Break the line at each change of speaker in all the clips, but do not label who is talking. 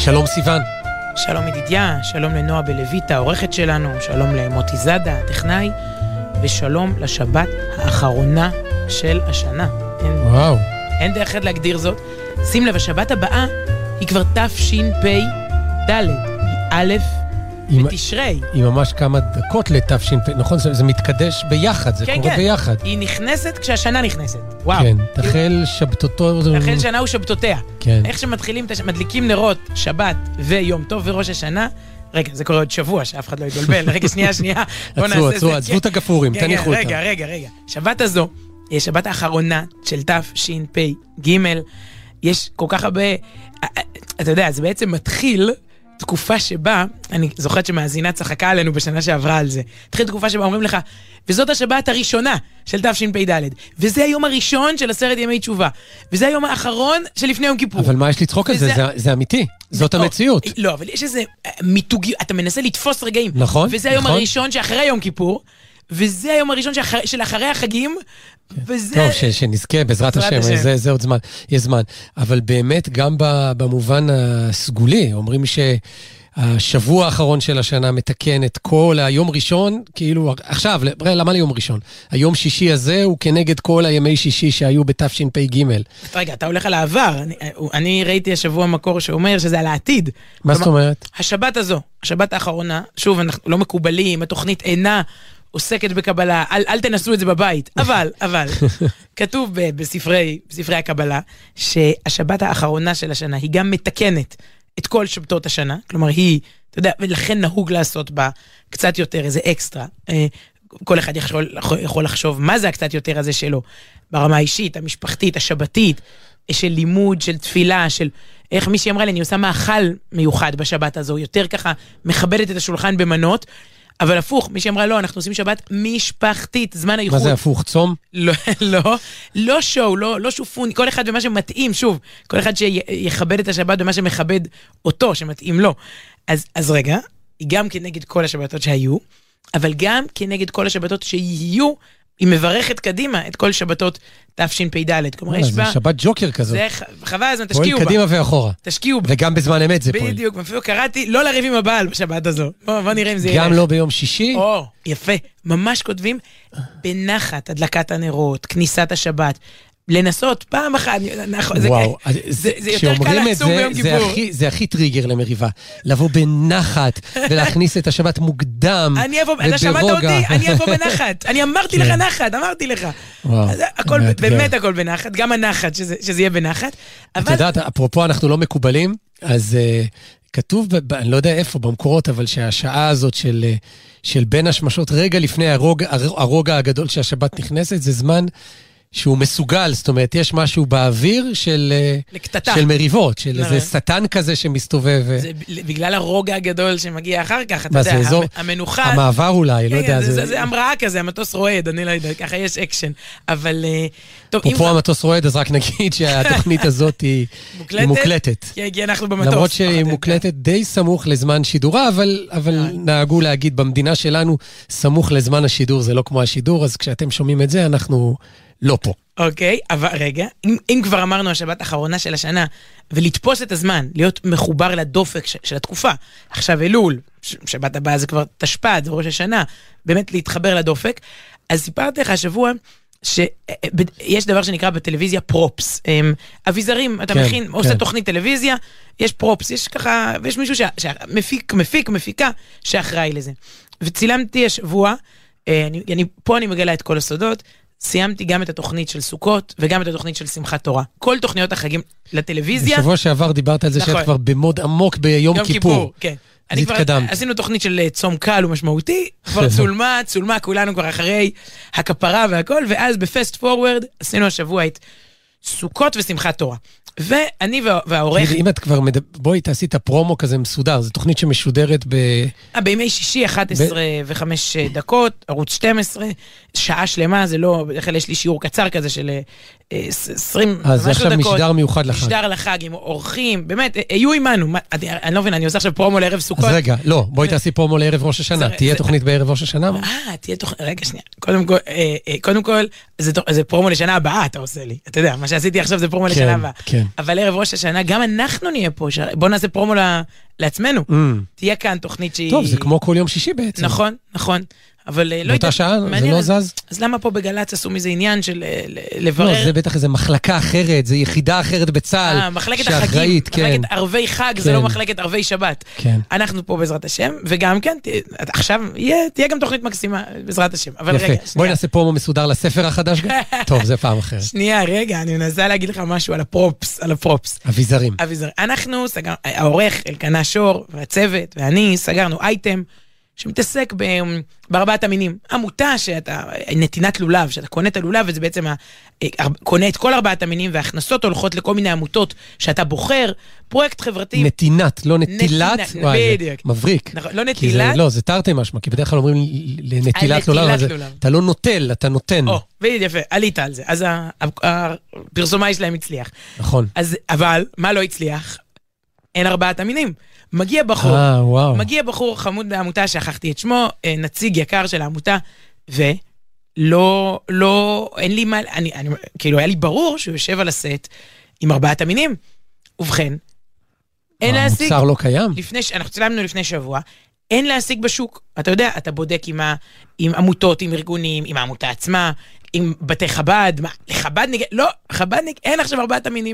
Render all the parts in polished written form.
שלום סיוון.
שלום ידידיה, שלום לנועה בלויטה, העורכת שלנו, שלום למוטי זאדה, הטכנאי, ושלום לשבת האחרונה של השנה.
וואו.
אין דרך אחרת להגדיר זאת. שים לב, השבת הבאה היא כבר תשפ"ד, היא א' בתשרי.
היא ממש כמה דקות לתשפ"ד, נכון? זה מתקדש ביחד, זה קורה ביחד.
היא נכנסת כשהשנה נכנסת. וואו.
כן, תחל שבתותו.
תחל שנה ושבתותיה.
כן.
איך שמתחילים, מדליקים נרות, שבת ויום טוב וראש השנה, רגע, זה קורה עוד שבוע, שאף אחד לא יתבלבל. רגע, שנייה.
עצרו, עזבו את הגפורים, תניחו אותם.
רגע. שבת הזו, שבת האחרונה של תשפ"ג, יש כל כך הרבה, אתה יודע, זה בעצם מתחיל תקופה שבה, אני זוכרת שמאזינה צחקה עלינו בשנה שעברה על זה, התחיל תקופה שבה אומרים לך, וזאת השבת הראשונה של תשפ"ד, וזה היום הראשון של 10 ימי תשובה, וזה היום האחרון של לפני יום כיפור.
אבל מה יש לצחוק על זה? זה אמיתי, זאת המציאות.
לא, אבל יש איזה מיתוגי, אתה מנסה לתפוס רגעים,
נכון.
וזה היום הראשון שאחרי יום כיפור, וזה היום הראשון של אחרי החגים, וזה...
טוב, שנזכה, בעזרת השם, זה עוד זמן, יש זמן. אבל באמת, גם במובן הסגולי, אומרים שהשבוע האחרון של השנה מתקן את כל היום ראשון, כאילו, עכשיו, למה ליום ראשון? היום שישי הזה הוא כנגד כל הימי שישי שהיו בתשפ"ג.
רגע, אתה הולך על העבר. אני ראיתי השבוע מקור שאומר שזה על העתיד.
מה זאת אומרת?
השבת הזו, השבת האחרונה, שוב, אנחנו לא מקובלים, התוכנית אינה עוסקת בקבלה, אל תנסו את זה בבית, אבל, כתוב בספרי הקבלה, שהשבת האחרונה של השנה היא גם מתקנת את כל שבתות השנה, כלומר היא, אתה יודע, ולכן נהוג לעשות בה קצת יותר איזה אקסטרה, כל אחד יכול לחשוב מה זה הקצת יותר הזה שלו, ברמה האישית, המשפחתית, השבתית, של לימוד, של תפילה, של איך מישהי אמרה לי, אני עושה מאכל מיוחד בשבת הזו, יותר ככה מכבדת את השולחן במנות, אבל הפוך, מי שאמרה לא, אנחנו עושים שבת משפחתית, זמן הייחוד.
מה זה הפוך, צום?
לא שואו, לא שופון, כל אחד במה שמתאים, שוב, כל אחד שיכבד את השבת במה שמכבד אותו, שמתאים לו. אז רגע, היא גם כנגד כל השבתות שהיו, אבל גם כנגד כל השבתות שיהיו, היא מברכת קדימה את כל שבתות תשפ"ד. כלומר, יש בה...
זה שבת ג'וקר כזאת.
זה חבל, אז תשקיעו בה.
קדימה ואחורה.
תשקיעו בה.
וגם בזמן אמת זה פועל.
בדיוק, אפילו קראתי לא לריב עם הבעל בשבת הזו. בוא נראה אם זה יהיה.
גם לא ביום שישי?
יפה. ממש כותבים בנחת, הדלקת הנרות, כניסת השבת. לנסות פעם אחת,
וואו,
זה יותר קל לעצום ביום כיפור.
זה הכי טריגר למריבה, לבוא בנחת ולהכניס את השבת מוקדם וברוגע.
אתה שמעת אותי? אני אבוא בנחת. אני אמרתי לך נחת, אמרתי לך. באמת הכל בנחת, גם הנחת, שזה יהיה בנחת.
אתה יודעת, אפרופו אנחנו לא מקובלים, אז כתוב, אני לא יודע איפה, במקורות, אבל שהשעה הזאת של בין השמשות, רגע לפני הרוגע הגדול שהשבת נכנסת, זה זמן שהוא מסוגל, זאת אומרת, יש משהו באוויר של מריבות, של איזה סטן כזה שמסתובב.
זה בגלל הרוגע הגדול שמגיע אחר כך, אתה יודע, המנוחה.
המעבר אולי, לא יודע.
זה המראה כזה, המטוס רועד, אני לא יודע, ככה יש אקשן. אבל, טוב,
פה המטוס רועד, אז רק נגיד שהתוכנית הזאת היא מוקלטת.
כי אנחנו במטוס.
למרות שהיא מוקלטת די סמוך לזמן שידורה, אבל נהגו להגיד, במדינה שלנו, סמוך לזמן השידור, זה לא כמו השידור, אז כשאתם שומעים את זה, אנחנו לא פה.
אוקיי, אבל רגע, אם כבר אמרנו השבת האחרונה של השנה, ולתפוס את הזמן, להיות מחובר לדופק של התקופה, עכשיו אלול, שבת הבאה זה כבר תשפ"ד, זה ראש השנה, באמת להתחבר לדופק, אז סיפרתי לך השבוע, שיש דבר שנקרא בטלוויזיה פרופס, אביזרים, אתה מכין, עושה תוכנית טלוויזיה, יש פרופס, יש ככה, ויש מישהו מפיקה, שאחראי לזה. וצילמתי השבוע, פה אני מגלה את כל הסודות, סיימתי גם את התוכנית של סוכות, וגם את התוכנית של שמחת תורה. כל תוכניות החגים לטלוויזיה.
בשבוע שעבר דיברת על זה שאת כבר במוד עמוק ביום כיפור.
כן. עשינו תוכנית של צום קל ומשמעותי, כבר צולמה, כולנו כבר אחרי הכפרה והכל, ואז בפסט פורוורד עשינו השבוע את סוכות ושמחת תורה. ואני והעורך...
אם את כבר בואי תעשי את הפרומו כזה מסודר, זו תוכנית שמשודרת
בימי שישי, 11:05, ערוץ 12, שעה שלמה, זה לא, בדרך כלל יש לי שיעור קצר כזה של 20
אז זה עכשיו משדר מיוחד לחג.
משדר לחג עם אורחים, באמת, היו עימנו, אני לא מבין, אני עושה עכשיו פרומו לערב סוכות.
אז רגע, לא, בואי תעשי פרומו לערב ראש השנה, תהיה תוכנית בערב ראש השנה?
תהיה תוכנית, רגע שנייה, קודם כל, זה פרומו לשנה הבאה, אתה עושה לי, אתה יודע, מה שעשיתי עכשיו זה פרומו לשנה הבאה. אבל לערב ראש השנה, גם אנחנו נהיה פה, בוא נעשה פרומו לעצמנו, תהיה כאן תוכנית שהיא...
טוב, זה כמו כל יום שישי בעצם.
נכון, נכון. אבל לא
באותה שעה, זה לא זז?
אז למה פה בגלץ עשו מזה עניין של לברר?
לא, זה בטח איזה מחלקה אחרת, זה יחידה אחרת בצה"ל.
מחלקת החגים, מחלקת ערבי חג, זה לא מחלקת ערבי שבת. אנחנו פה בעזרת השם, וגם כן, עכשיו תהיה גם תוכנית מקסימה בעזרת השם. אבל רגע, שנייה.
בואי נעשה פרומו מסודר לספר החדש גם. טוב, זה פעם אחרת.
שנייה, רגע, אני מנסה להגיד לך משהו על הפרופס.
אביזרים.
אנחנו, העורך אלקנה שור, והצוות, ואני סגרנו אייטם שמתעסק בארבעת המינים. עמותה שאתה, נתינת לולב, שאתה קונה את הלולב, וזה בעצם קונה את כל ארבעת המינים, וההכנסות הולכות לכל מיני עמותות שאתה בוחר, פרויקט חברתי.
נתינת, לא נטילת.
בדיוק.
מבריק.
לא נטילת.
לא, זה תרתי משמע, כי בדרך כלל אומרים לנטילת לולב, אתה לא נוטל, אתה נותן.
בדיוק, יפה, עלית על זה. אז הפרסומאי שלהם הצליח.
נכון.
אבל מה לא הצליח? אין ארבעת המינים. מגיע בחור חמוד בעמותה, שכחתי את שמו, נציג יקר של העמותה, ולא, אין לי מה, כאילו היה לי ברור שהוא יושב על הסט עם ארבעת המינים. ובכן, אין להשיג.
המוצר לא קיים.
אנחנו צילמנו לפני שבוע, אין להשיג בשוק. אתה יודע, אתה בודק עם עמותות, עם ארגונים, עם העמותה עצמה, עם בתי חב"ד, לחב"דניק, לא, חב"דניק, אין עכשיו ארבעת המינים,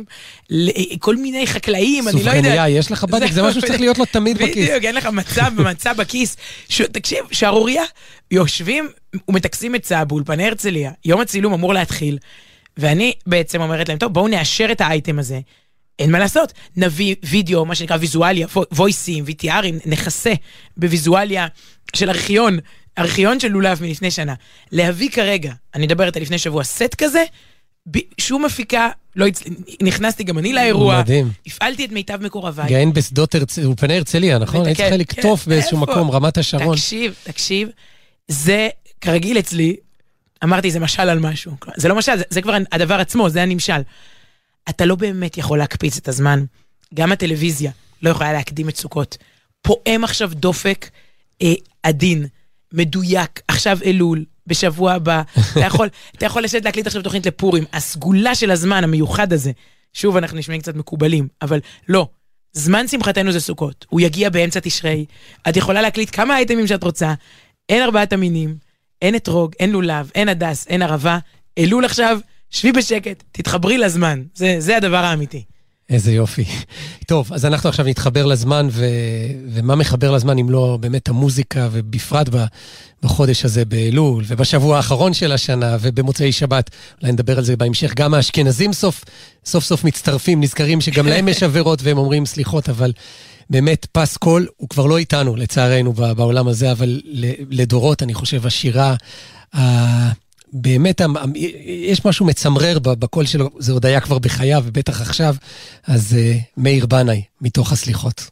כל מיני חקלאים, אני לא יודע.
סופרניה, יש לחב"דניק, זה משהו שצריך להיות לו תמיד בכיס.
בדיוק, אין לך מצב בכיס. תקשיב, שערוריה, יושבים ומתקסים את צע באולפני הרצליה, יום הצילום אמור להתחיל, ואני בעצם אומרת להם, טוב, בואו נאשר את האייטם הזה, אין מה לעשות, נביא וידאו, מה שנקרא ויזואליה, וויסים, VTRים, נחסה בוויזואליה של ארכיון של לולב מלפני שנה. להביא כרגע, אני מדברת על לפני שבוע, סט כזה, שום מפיקה, נכנסתי גם אני לאירוע,
מדהים.
הפעלתי את מיטב מקורביי.
גאין בשדות אולפני הרצליה, נכון? הייתי צריכה לקטוף באיזשהו מקום, רמת השרון.
תקשיב, זה כרגיל אצלי, אמרתי, זה משל על משהו. זה לא משל, זה כבר הדבר עצמו, זה הנמשל. אתה לא באמת יכול להקפיץ את הזמן. גם הטלוויזיה לא יכולה להקדים את סוכות. פועם עכשיו דופק עדין, מדויק, עכשיו אלול, בשבוע הבא. אתה יכול לשבת להקליט עכשיו תוכנית לפורים. הסגולה של הזמן המיוחד הזה, שוב אנחנו נשמעים קצת מקובלים, אבל לא. זמן שמחתנו זה סוכות. הוא יגיע באמצע תשרי. את יכולה להקליט כמה אייטמים שאת רוצה. אין ארבעת המינים, אין אתרוג, אין לולב, אין הדס, אין ערבה. אלול עכשיו, שבי בשקט, תתחברי לזמן. זה הדבר האמיתי.
איזה יופי. טוב, אז אנחנו עכשיו נתחבר לזמן, ומה מחבר לזמן אם לא באמת המוזיקה, ובפרט בחודש הזה באלול, ובשבוע האחרון של השנה, ובמוצאי שבת, אולי נדבר על זה בהמשך, גם האשכנזים סוף סוף מצטרפים, נזכרים שגם להם יש עבירות, והם אומרים סליחות, אבל באמת פס קול, הוא כבר לא איתנו, לצערנו, בעולם הזה, אבל לדורות, אני חושב, השירה, באמת, יש משהו מצמרר בקול שלו, זה עוד היה כבר בחייו, ובטח עכשיו, אז מאיר בנאי, מתוך הסליחות.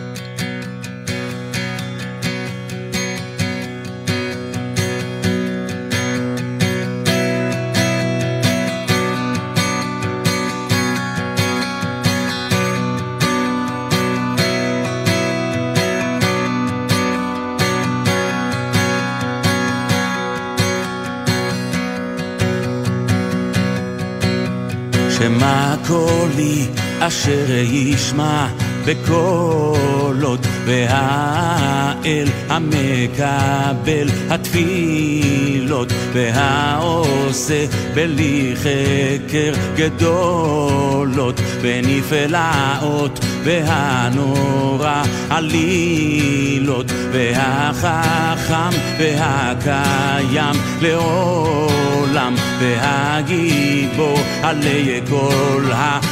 שמה קולי אשר ישמע בקולות והאל המקבל התפילות והעושה בלי חקר גדולות בנפלאות והנורא עלילות והחכם והקיים לעולם והגיבור עלי כל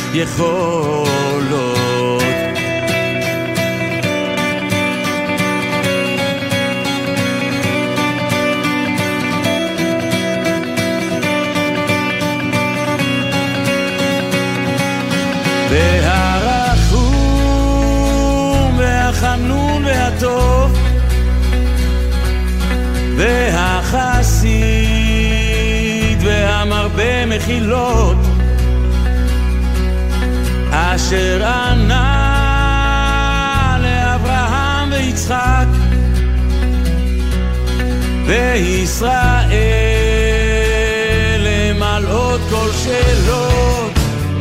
היכולות. והרחום והחנון והטוב והחסיד והמרבה מחילות אשר ענה לאברהם ויצחק וישראל למלאות כל שאלות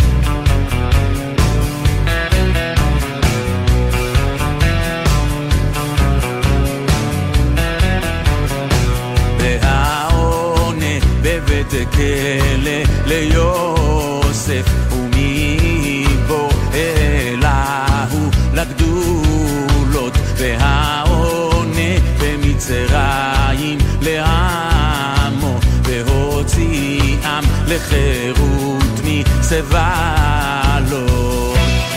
והעונה בבית הכלא ליוסף ומבו אליהו לגדולות והעונה במצרים לעמו והוציאם לחירות מצבלות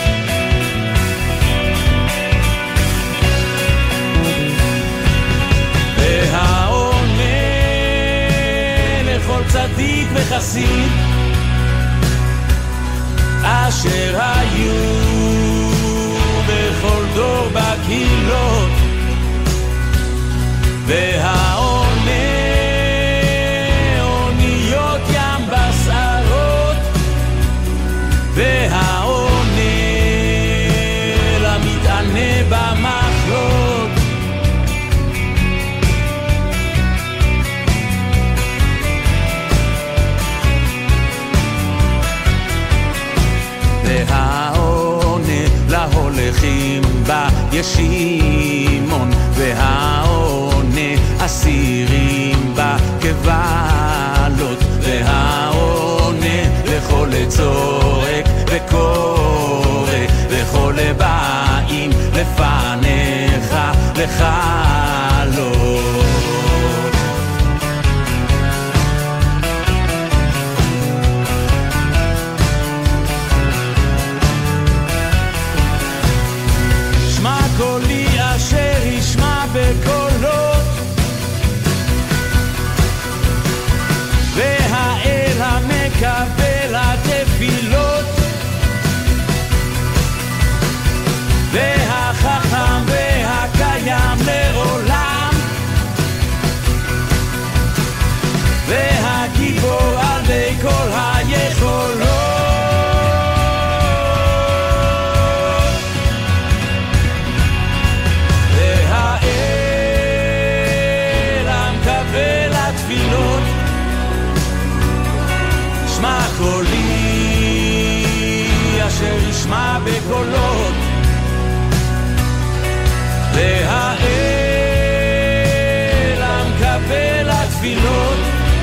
והעונה לכל צדיק וחסיד אשר היו בכל דור בקהילות והעונה אוניות ים בשערות והעונה למתענה במחלות והעונה להולכים בישימון והעונה אסירים בקבלות והעונה לכל צועק וקורא וכל באים לפניך לחלות קולי אשר ישמע בקולות והאל המקבל התפילות והחכם והקיים לעולם והגיבור עלי כל היכולות שמע קולי אשר ישמע בקולות והאל המקבל התפילות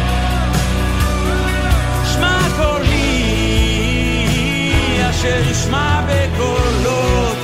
שמע קולי אשר ישמע בקולות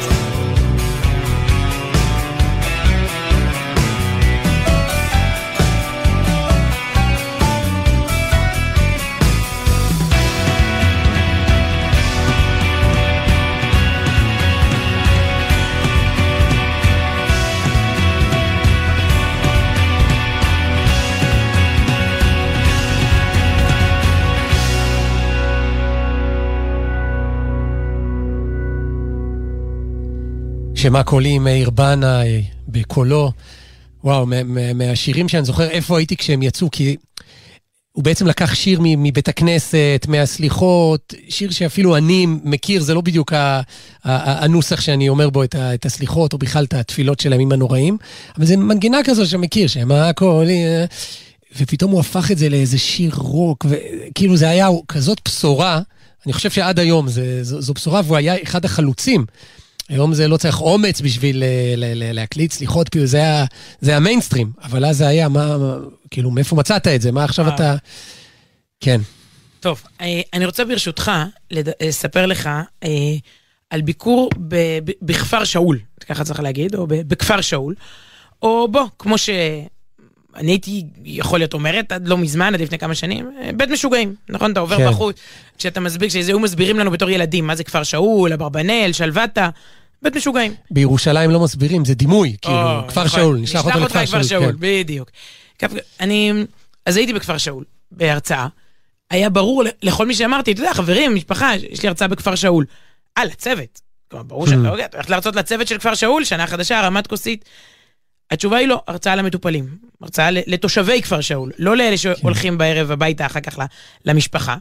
שמה קולי מאיר בנה בקולו, וואו, מהשירים שאני זוכר איפה הייתי כשהם יצאו, כי הוא בעצם לקח שיר מבית הכנסת, מהסליחות, שיר שאפילו אני מכיר, זה לא בדיוק הנוסח שאני אומר בו את הסליחות, או בכלל את התפילות שלהם עם הנוראים, אבל זה מנגינה כזו שמכיר, שמה קולי, ופתאום הוא הפך את זה לאיזה שיר רוק, וכאילו זה היה כזאת בשורה, אני חושב שעד היום זו בשורה, והוא היה אחד החלוצים, היום זה לא צריך אומץ בשביל להקליט סליחות, זה המיינסטרים, אבל אז זה היה, כאילו, מאיפה מצאת את זה? מה עכשיו אתה... כן.
טוב, אני רוצה ברשותך לספר לך על ביקור בכפר שאול, ככה צריך להגיד, או בכפר שאול, או בוא, כמו שאני הייתי יכול להיות אומרת, עד לא מזמן, עד לפני כמה שנים, בית משוגעים, נכון? אתה עובר בחוץ, כשאתה מסביר, כשהיו מסבירים לנו בתור ילדים, מה זה כפר שאול, אברבנאל, שלוותה, בית משוגעים.
בירושלים לא מסבירים, זה דימוי, כאילו, כפר שאול, נשלח אותו לכפר שאול.
בדיוק. אז הייתי בכפר שאול, בהרצאה, היה ברור לכל מי שאמרתי, אתה יודע, חברים, משפחה, יש לי הרצאה בכפר שאול. לצוות. ברור שאתה הולך להרצות לצוות של כפר שאול, שנה חדשה, רמת כוסית. התשובה היא לא, הרצאה למטופלים. הרצאה לתושבי כפר שאול, לא לאלה שהולכים בערב הביתה אחר כך למשפחה.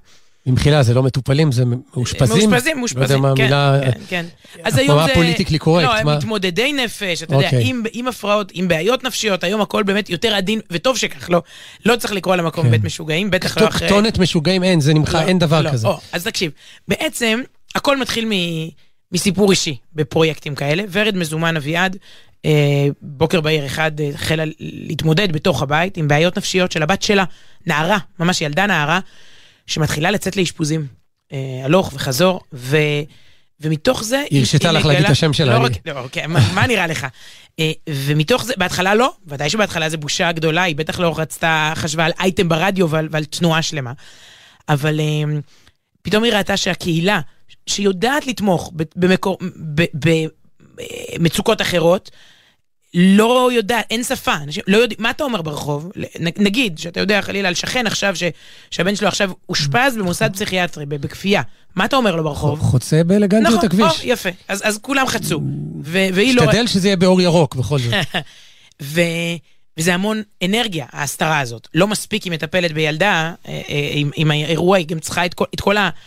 במחילה, זה לא מטופלים, זה מאושפזים?
מאושפזים, כן. אז היום זה...
פוליטיקלי קורקט?
לא, מתמודדי נפש, אתה יודע, עם הפרעות, עם בעיות נפשיות, היום הכל באמת יותר עדין, וטוב שכך, לא צריך לקרוא למקום בית משוגעים, בטח לא אחרי...
כתונת משוגעים אין, זה נמחה, אין דבר כזה.
אז תקשיב, בעצם, הכל מתחיל מסיפור אישי, בפרויקטים כאלה, ורד מזומן אביעד, בוקר בהיר אחד החלה להתמודד בתוך הבית, עם בעיות נפשיות של הבת שלה, נערה, ממש ילדה נערה, שמתחילה לצאת לאשפוזים, הלוך וחזור, ומתוך זה...
היא הרשתה לך להגיד את השם שלה.
לא, אוקיי, מה נראה לך? ומתוך זה, בהתחלה לא, ודאי שבהתחלה זה בושה גדולה, היא בטח לא רצתה, חשבה על אייטם ברדיו ועל תנועה שלמה, אבל פתאום היא ראתה שהקהילה, שיודעת לתמוך במצוקות אחרות, לא יודע, אין שפה, אנשים לא יודעים, מה אתה אומר ברחוב? נגיד, שאתה יודע חלילה על שכן עכשיו, שהבן שלו עכשיו אושפז במוסד פסיכיאטרי, בכפייה, מה אתה אומר לו ברחוב?
חוצה באלגנטיות הכביש.
נכון, יפה, אז כולם חצו, והיא לא...
שתדל שזה יהיה באור ירוק, בכל זאת.
וזה המון אנרגיה, ההסתרה הזאת. לא מספיק היא מטפלת בילדה, עם האירוע, היא גם צריכה את כל ה...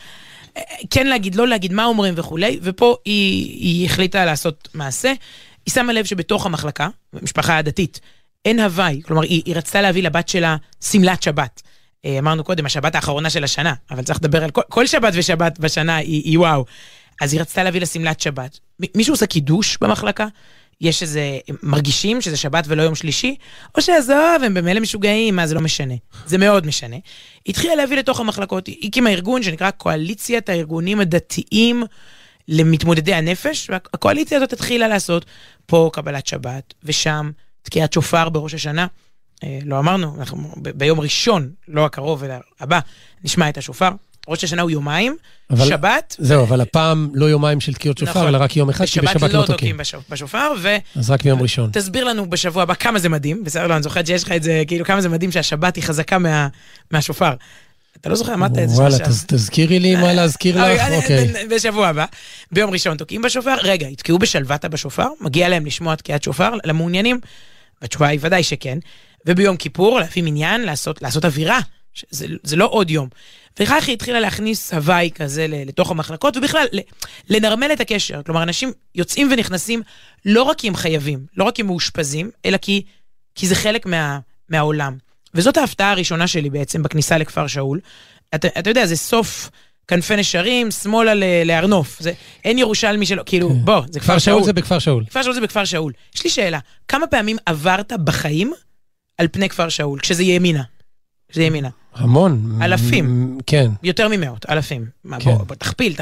כן להגיד, לא להגיד מה אומרים וכולי, ופה היא החליטה לעשות מעשה, היא שמה לב שבתוך המחלקה, משפחה הדתית, אין הוואי, כלומר, היא רצתה להביא לבת שלה סמלת שבת. אמרנו קודם, השבת האחרונה של השנה, אבל צריך לדבר על כל שבת ושבת בשנה, היא וואו. אז היא רצתה להביא לסמלת שבת. מישהו עושה קידוש במחלקה? יש איזה, מרגישים שזה שבת ולא יום שלישי? או שעזוב, הם במילא משוגעים, מה זה לא משנה. זה מאוד משנה. היא התחילה להביא לתוך המחלקות, היא הקימה ארגון שנקרא קואליציית הארגונים הדתיים, למתמודדי הנפש, והקואליציה הזאת התחילה לעשות פה קבלת שבת, ושם תקיעת שופר בראש השנה, לא אמרנו, אנחנו ביום ראשון, לא הקרוב אלא הבא, נשמע את השופר, ראש השנה הוא יומיים, שבת...
זהו, אבל הפעם לא יומיים של תקיעות שופר, אלא רק יום אחד, כי בשבת לא תוקים.
בשופר,
אז רק ביום ראשון.
תסביר לנו בשבוע הבא כמה זה מדהים, בסדר, לא, אני זוכרת שיש לך את זה, כאילו כמה זה מדהים שהשבת היא חזקה מהשופר. אתה לא זוכר, אמרת את זה
וואלה, תזכירי לי מה להזכיר לך, אוקיי.
בשבוע הבא, ביום ראשון תוקעים בשופר, רגע, התקעו בשלוותה בשופר, מגיע להם לשמוע תקיעת שופר, למעוניינים, בתשובה היא ודאי שכן, וביום כיפור, להביא מניין, לעשות אווירה, זה לא עוד יום. וכך היא התחילה להכניס הוואי כזה לתוך המחלקות, ובכלל, לנרמל את הקשר, כלומר, אנשים יוצאים ונכנסים, לא רק כי הם חייבים, לא רק כי הם מאושפזים, אלא כי זה חלק מהעולם. וזאת ההפתעה הראשונה שלי בעצם בכניסה לכפר שאול. אתה יודע, זה סוף כנפי נשרים, שמאלה לארנוף. אין ירושלמי שלו, כאילו, בוא, זה כפר שאול.
זה בכפר שאול.
כפר שאול זה בכפר שאול. יש לי שאלה, כמה פעמים עברת בחיים על פני כפר שאול, כשזה ימינה? כשזה ימינה.
המון.
אלפים.
כן.
יותר ממאות, אלפים. בוא, תכפיל.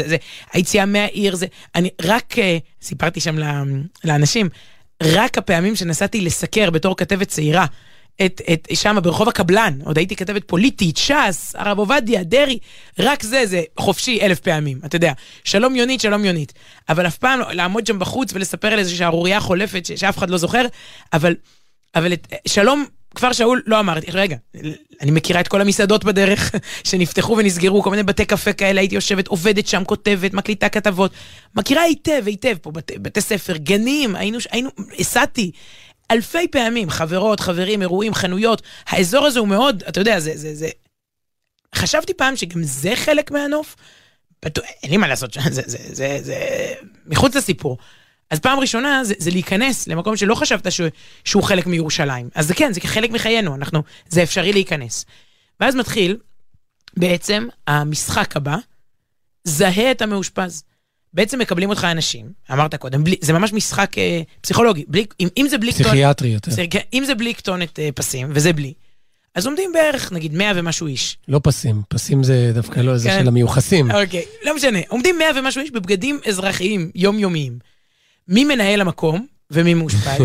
היציאה מהעיר, אני רק, סיפרתי שם לאנשים, רק הפעמים שנסעתי לסקר בתור כתבת צעירה, שם ברחוב הקבלן, עוד הייתי כתבת פוליטית, ש"ס, הרב עובדיה, דרי, רק זה חופשי 1000 פעמים, אתה יודע, שלום יונית, אבל אף פעם לעמוד שם בחוץ ולספר על איזו שערוריה חולפת שאף אחד לא זוכר, אבל שלום כפר שאול לא אמרתי, רגע, אני מכירה את כל המסעדות בדרך שנפתחו ונסגרו, כל מיני בתי קפה כאלה, הייתי יושבת, עובדת שם, כותבת, מקליטה כתבות, מכירה היטב פה, בתי ספר, גנים, הסעתי, אלפי פעמים, חברות, חברים, אירועים, חנויות, האזור הזה הוא מאוד, אתה יודע, חשבתי פעם שגם זה חלק מהנוף, אין לי מה לעשות, זה מחוץ לסיפור. אז פעם ראשונה זה להיכנס למקום שלא חשבת שהוא חלק מירושלים. אז זה כן, זה חלק מחיינו, זה אפשרי להיכנס. ואז מתחיל, בעצם, המשחק הבא, זהה את המאושפז. בעצם מקבלים אותך אנשים, אמרת קודם, זה ממש משחק פסיכולוגי, אם זה בלי
פסיכיאטרי יותר.
אם זה בלי כתונת פסים, וזה בלי, אז עומדים בערך, נגיד, 100 ומשהו איש.
לא פסים, פסים זה דווקא לא, זה של המיוחסים.
אוקיי, לא משנה, עומדים 100 ומשהו איש בבגדים אזרחיים, יומיומיים. מי מנהל המקום, ומי מאושפז?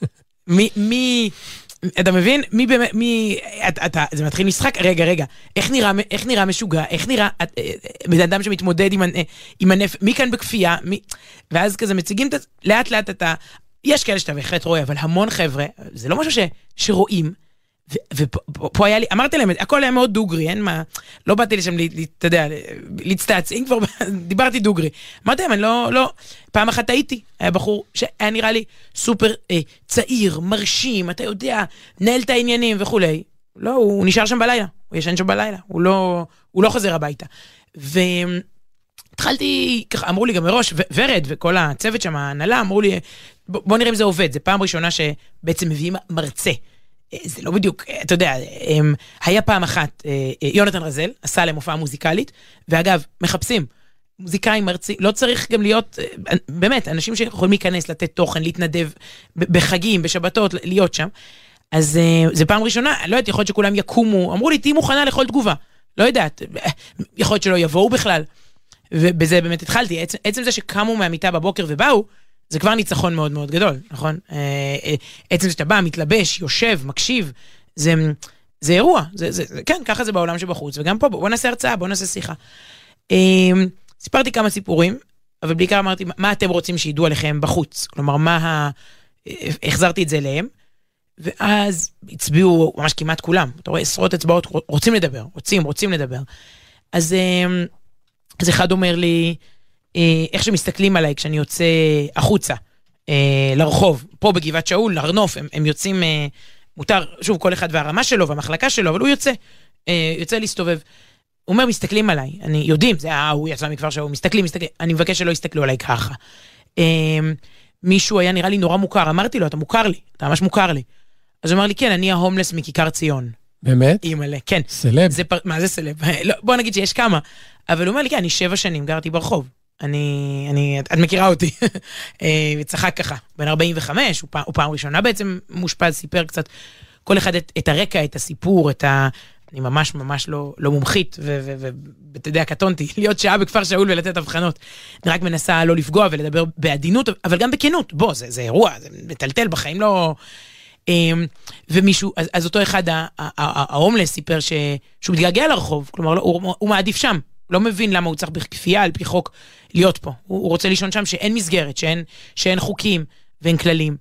אתה מבין? זה מתחיל משחק, רגע, איך נראה משוגע, איך נראה בן אדם שמתמודד עם הנפש, מי כאן בכפייה, ואז כזה מציגים, לאט אתה, יש כאלה שאתה בהחלט רואה, אבל המון חבר'ה, זה לא משהו שרואים, ופה היה לי, אמרתי להם, הכל היה מאוד דוגרי, אין מה, לא באתי לשם, אתה יודע, להצטעצים כבר, דיברתי דוגרי. אמרתי להם, אני לא, פעם אחת הייתי, היה בחור שהיה נראה לי סופר צעיר, מרשים, אתה יודע, נהל את העניינים וכולי. לא, הוא נשאר שם בלילה. הוא ישן שם בלילה, הוא לא חוזר הביתה. התחלתי, ככה, אמרו לי גם מראש, ורד וכל הצוות שם, ההנהלה, אמרו לי, בוא נראה אם זה עובד, זה פעם ראשונה שבעצם מביאים מרצה. זה לא בדיוק, אתה יודע, היה פעם אחת, יונתן רזל, עשה להם הופעה מוזיקלית, ואגב, מחפשים, מוזיקאים, מרצים, לא צריך גם להיות, באמת, אנשים שיכולים להיכנס, לתת תוכן, להתנדב בחגים, בשבתות, להיות שם. אז זה פעם ראשונה, לא יודעת, יכול להיות שכולם יקומו, אמרו לי, תהי מוכנה לכל תגובה. לא יודעת, יכול להיות שלא יבואו בכלל. ובזה באמת התחלתי. עצם זה שקמו מהמיטה בבוקר ובאו, זה כבר ניצחון מאוד מאוד גדול, נכון? עצם זה שאתה בא, מתלבש, יושב, מקשיב, זה אירוע. כן, ככה זה בעולם שבחוץ. וגם פה, בוא נעשה הרצאה, בוא נעשה שיחה. סיפרתי כמה סיפורים, אבל בעיקר אמרתי, מה אתם רוצים שידעו עליכם בחוץ? כלומר, החזרתי את זה אליהם, ואז הצביעו ממש כמעט כולם. אתה רואה, עשרות אצבעות, רוצים לדבר, רוצים לדבר. אז אחד אומר לי, איך שמסתכלים עליי כשאני יוצא החוצה, לרחוב, פה בגבעת שאול, לרנוף, הם יוצאים, מותר, שוב, כל אחד והרמה שלו והמחלקה שלו, אבל הוא יוצא להסתובב. הוא אומר, מסתכלים עליי, יודעים, הוא יצא מכפר שאול, מסתכלים, אני מבקש שלא יסתכלו עליי ככה. מישהו היה נראה לי נורא מוכר, אמרתי לו, אתה מוכר לי, אתה ממש מוכר לי. אז הוא אמר לי, כן, אני ההומלס מכיכר ציון.
באמת?
אימאלה, כן.
סלב?
מה זה סלב? בוא נגיד שיש כמה. אבל הוא אומר לי, כן, אני 7 שנים גרתי ברחוב. את מכירה אותי. וצחק ככה, בן 45, הוא פעם ראשונה בעצם מושפע, סיפר קצת, כל אחד את הרקע, את הסיפור, אני ממש ממש לא מומחית, ואתה יודע, קטונתי, להיות שעה בכפר שאול ולתת הבחנות. אני רק מנסה לא לפגוע ולדבר בעדינות, אבל גם בכנות. בוא, זה אירוע, זה מטלטל בחיים, לא... ומישהו, אז אותו אחד, ההומלס סיפר שהוא מתגעגע לרחוב, כלומר, הוא מעדיף שם, לא מבין למה הוא צריך בכפייה על פי חוק להיות פה. הוא רוצה לישון שם שאין מסגרת, שאין חוקים ואין כללים.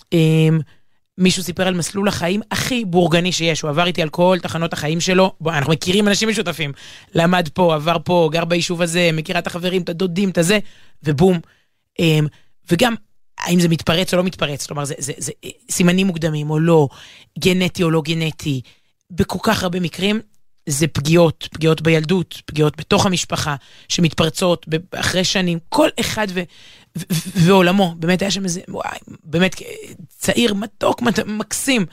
מישהו סיפר על מסלול החיים הכי בורגני שיש, הוא עבר איתי על כל תחנות החיים שלו, אנחנו מכירים אנשים משותפים, למד פה, עבר פה, גר ביישוב הזה, מכירה את החברים, את הדודים, את הזה, ובום. וגם, האם זה מתפרץ או לא מתפרץ, כלומר, זה סימנים מוקדמים או לא, גנטי או לא גנטי, בכל כך הרבה מקרים, זה פגיעות בילדות, פגיעות בתוך המשפחה, שמתפרצות אחרי שנים, כל אחד ועולמו, באמת היה שם איזה, וואי, באמת צעיר, מתוק, מקסים,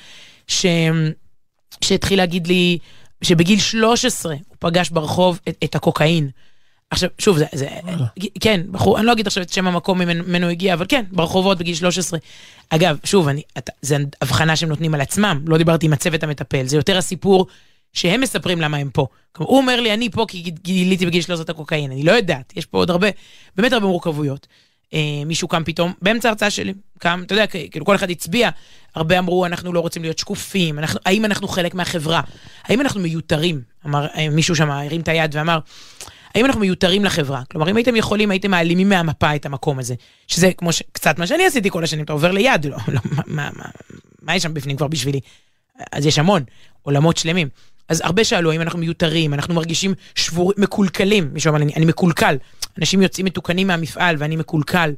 שהתחיל להגיד לי, שבגיל 13 הוא פגש ברחוב את הקוקאין. עכשיו, שוב, כן, בחור, אני לא אגיד עכשיו את שם המקום ממנו הגיע, אבל כן, ברחובות בגיל 13. אגב, שוב, זה הבחנה שהם נותנים על עצמם, לא דיברתי עם הצוות המטפל, זה יותר הסיפור שהם מספרים למה הם פה. כלומר, הוא אומר לי, אני פה כי גיליתי בגיל 13 את הקוקאין, אני לא יודעת, יש פה עוד הרבה, באמת הרבה מורכבויות. מישהו קם פתאום, באמצע הרצאה שלי, קם, אתה יודע, כאילו כל אחד הצביע, הרבה אמרו, אנחנו לא רוצים להיות שקופים, האם אנחנו חלק מהחברה, האם אנחנו מיותרים, אמר, מישהו שם הרים את היד ואמר, האם אנחנו מיותרים לחברה, כלומר, אם הייתם יכולים, הייתם מעלימים מהמפה את המקום הזה, שזה כמו קצת מה שאני עשיתי כל השנים, אתה עובר ליד, לא, מה יש שם בפנים כבר בשבילי? אז יש המון, עולמות שלמים. אז הרבה שאלו, האם אנחנו מיותרים, אנחנו מרגישים מקולקלים, מישהו אמר, אני מקולקל, אנשים יוצאים מתוקנים מהמפעל, ואני מקולקל.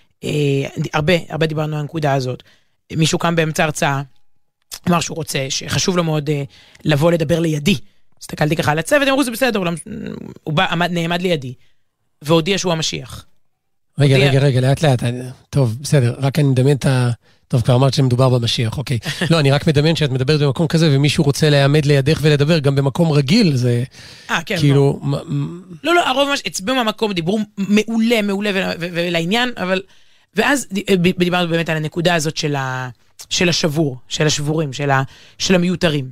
הרבה דיברנו על הנקודה הזאת. מישהו קם באמצע הרצאה, אמר שהוא רוצה, שחשוב לו מאוד לבוא לדבר לידי. הסתכלתי ככה על הצוות, אמרו, זה בסדר, הוא נעמד לידי, והודיע שהוא המשיח.
רגע, לאט. טוב, בסדר, רק אני מדמיין את ה... טוב, כבר אמרת שמדובר במשיח, אוקיי. לא, אני רק מדמיין שאת מדברת במקום כזה, ומישהו רוצה להעמד לידך ולדבר, גם במקום רגיל, זה כאילו...
לא, הרוב ממש הצביעו מהמקום, דיברו מעולה ולעניין, אבל... ואז דיברנו באמת על הנקודה הזאת של השבור, של השבורים, של המיותרים.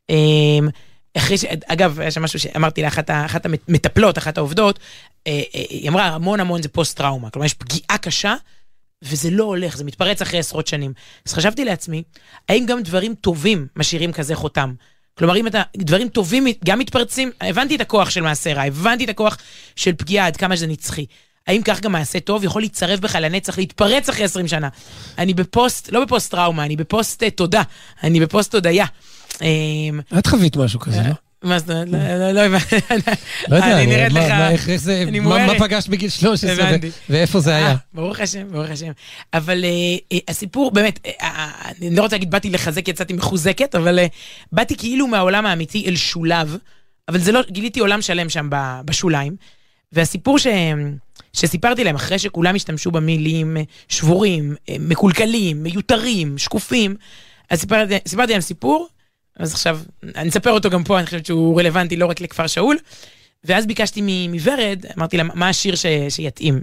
אחרי אגב, יש משהו שאמרתי לאחת המטפלות, אחת העובדות, היא אמרה, המון זה פוסט-טראומה, כלומר, יש פגיעה קשה, וזה לא הולך, זה מתפרץ אחרי עשרות שנים. אז חשבתי לעצמי, האם גם דברים טובים משאירים כזה חותם? כלומר, אם דברים טובים גם מתפרצים, הבנתי את הכוח של מעשה רע, הבנתי את הכוח של פגיעה, עד כמה שזה נצחי. האם כך גם מעשה טוב יכול להצטרף בך לנצח, להתפרץ אחרי 20 שנה? אני בפוסט, לא בפוסט טראומה, אני בפוסט תודה, אני בפוסט תודיה.
את חווית משהו כזה, לא?
מה זאת אומרת? לא הבנתי.
לא יודע,
אני נראית לך...
מה פגשת בגיל 13 ואיפה זה היה?
ברוך השם, ברוך השם. אבל הסיפור, באמת, אני לא רוצה להגיד, באתי לחזק, יצאתי מחוזקת, אבל באתי כאילו מהעולם האמיתי אל שולב, אבל זה לא, גיליתי עולם שלם שם בשוליים, והסיפור שסיפרתי להם, אחרי שכולם השתמשו במילים שבורים, מקולקלים, מיותרים, שקופים, אז סיפרתי להם סיפור, אז עכשיו, אני אספר אותו גם פה, אני חושבת שהוא רלוונטי לא רק לכפר שאול, ואז ביקשתי מוורד, אמרתי לה, מה השיר שיתאים,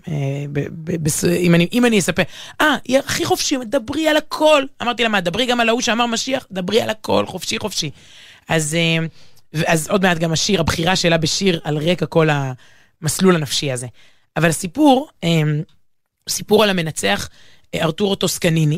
אם אני אספר, היא הכי חופשי, דברי על הכל, אמרתי לה, מה, דברי גם על ההוא שאמר משיח, דברי על הכל, חופשי, חופשי. אז עוד מעט גם השיר, הבחירה שלה בשיר, על רקע כל המסלול הנפשי הזה. אבל הסיפור, סיפור על המנצח, ארתורו טוסקניני,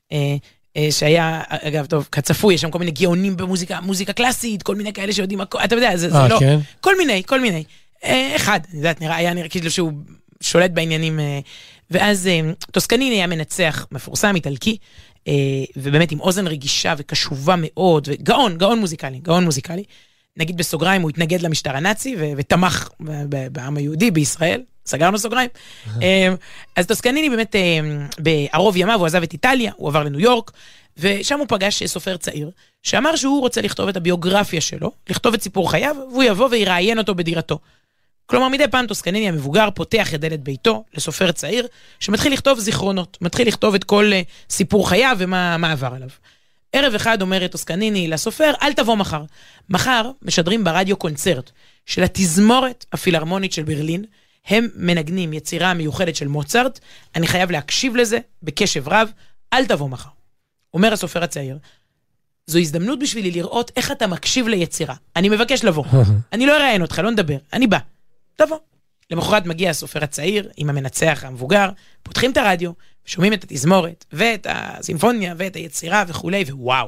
שהיה, אגב, טוב, כצפוי, יש שם כל מיני גאונים במוזיקה, מוזיקה קלאסית, כל מיני כאלה שיודעים, אתה יודע, זה לא,
כן.
כל מיני, אחד, אני יודעת, היה נראה כאילו שהוא שולט בעניינים, ואז טוסקניני היה מנצח מפורסם, איטלקי, ובאמת עם אוזן רגישה וקשובה מאוד, וגאון מוזיקלי, נגיד בסוגריים, הוא התנגד למשטר הנאצי, ותמך בעם היהודי בישראל, סגרנו סוגריים. אז טוסקניני באמת, בערוב ימיו, הוא עזב את איטליה, הוא עבר לניו יורק, ושם הוא פגש סופר צעיר, שאמר שהוא רוצה לכתוב את הביוגרפיה שלו, לכתוב את סיפור חייו, והוא יבוא ויראיין אותו בדירתו. כלומר, מדי פעם טוסקניני המבוגר פותח את דלת ביתו לסופר צעיר, שמתחיל לכתוב זיכרונות, מתחיל לכתוב את כל סיפור חייו ומה עבר עליו. ערב אחד אומרת טוסקניני לסופר, אל תבוא מחר. מחר משדרים ברדיו קונצרט של התזמורת הפילהרמונית של ברלין, הם מנגנים יצירה מיוחדת של מוצרט, אני חייב להקשיב לזה בקשב רב, אל תבוא מחר. אומר הסופר הצעיר, זו הזדמנות בשבילי לראות איך אתה מקשיב ליצירה. אני מבקש לבוא. אני לא אראיין אותך, לא נדבר. אני בא. תבוא. למחרת מגיע הסופר הצעיר עם המנצח המבוגר, פותחים את הרדיו, שומעים את התזמורת, ואת הסימפוניה, ואת היצירה וכולי, ווואו.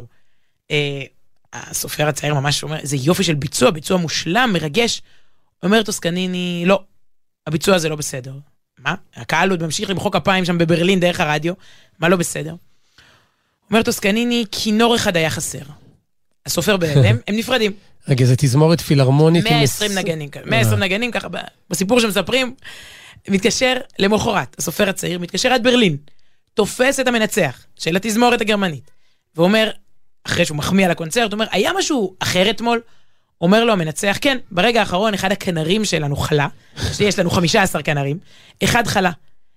הסופר הצעיר ממש אומר, זה יופי של ביצוע מושלם, מרגש. אומר טוסקניני, לא, הביצוע הזה לא בסדר. מה? הקהל עוד ממשיך למחוא כפיים שם בברלין דרך הרדיו, מה לא בסדר? אומר טוסקניני, כינור אחד היה חסר. הסופר בהלם, הם נפרדים.
רגע, זה תזמורת פילהרמונית.
120 נגנים, 120 נגנים, ככה בסיפור שמספרים, מתקשר למחרת, הסופר הצעיר מתקשר עד ברלין, תופס את המנצח של התזמורת הגרמנית, ואומר, אחרי שהוא מחמיא על הקונצרט, אומר, היה משהו אחר אתמול? אומר לו המנצח, כן, ברגע האחרון אחד הכנרים שלנו חלה, שיש לנו 15 כנרים, אחד חלה,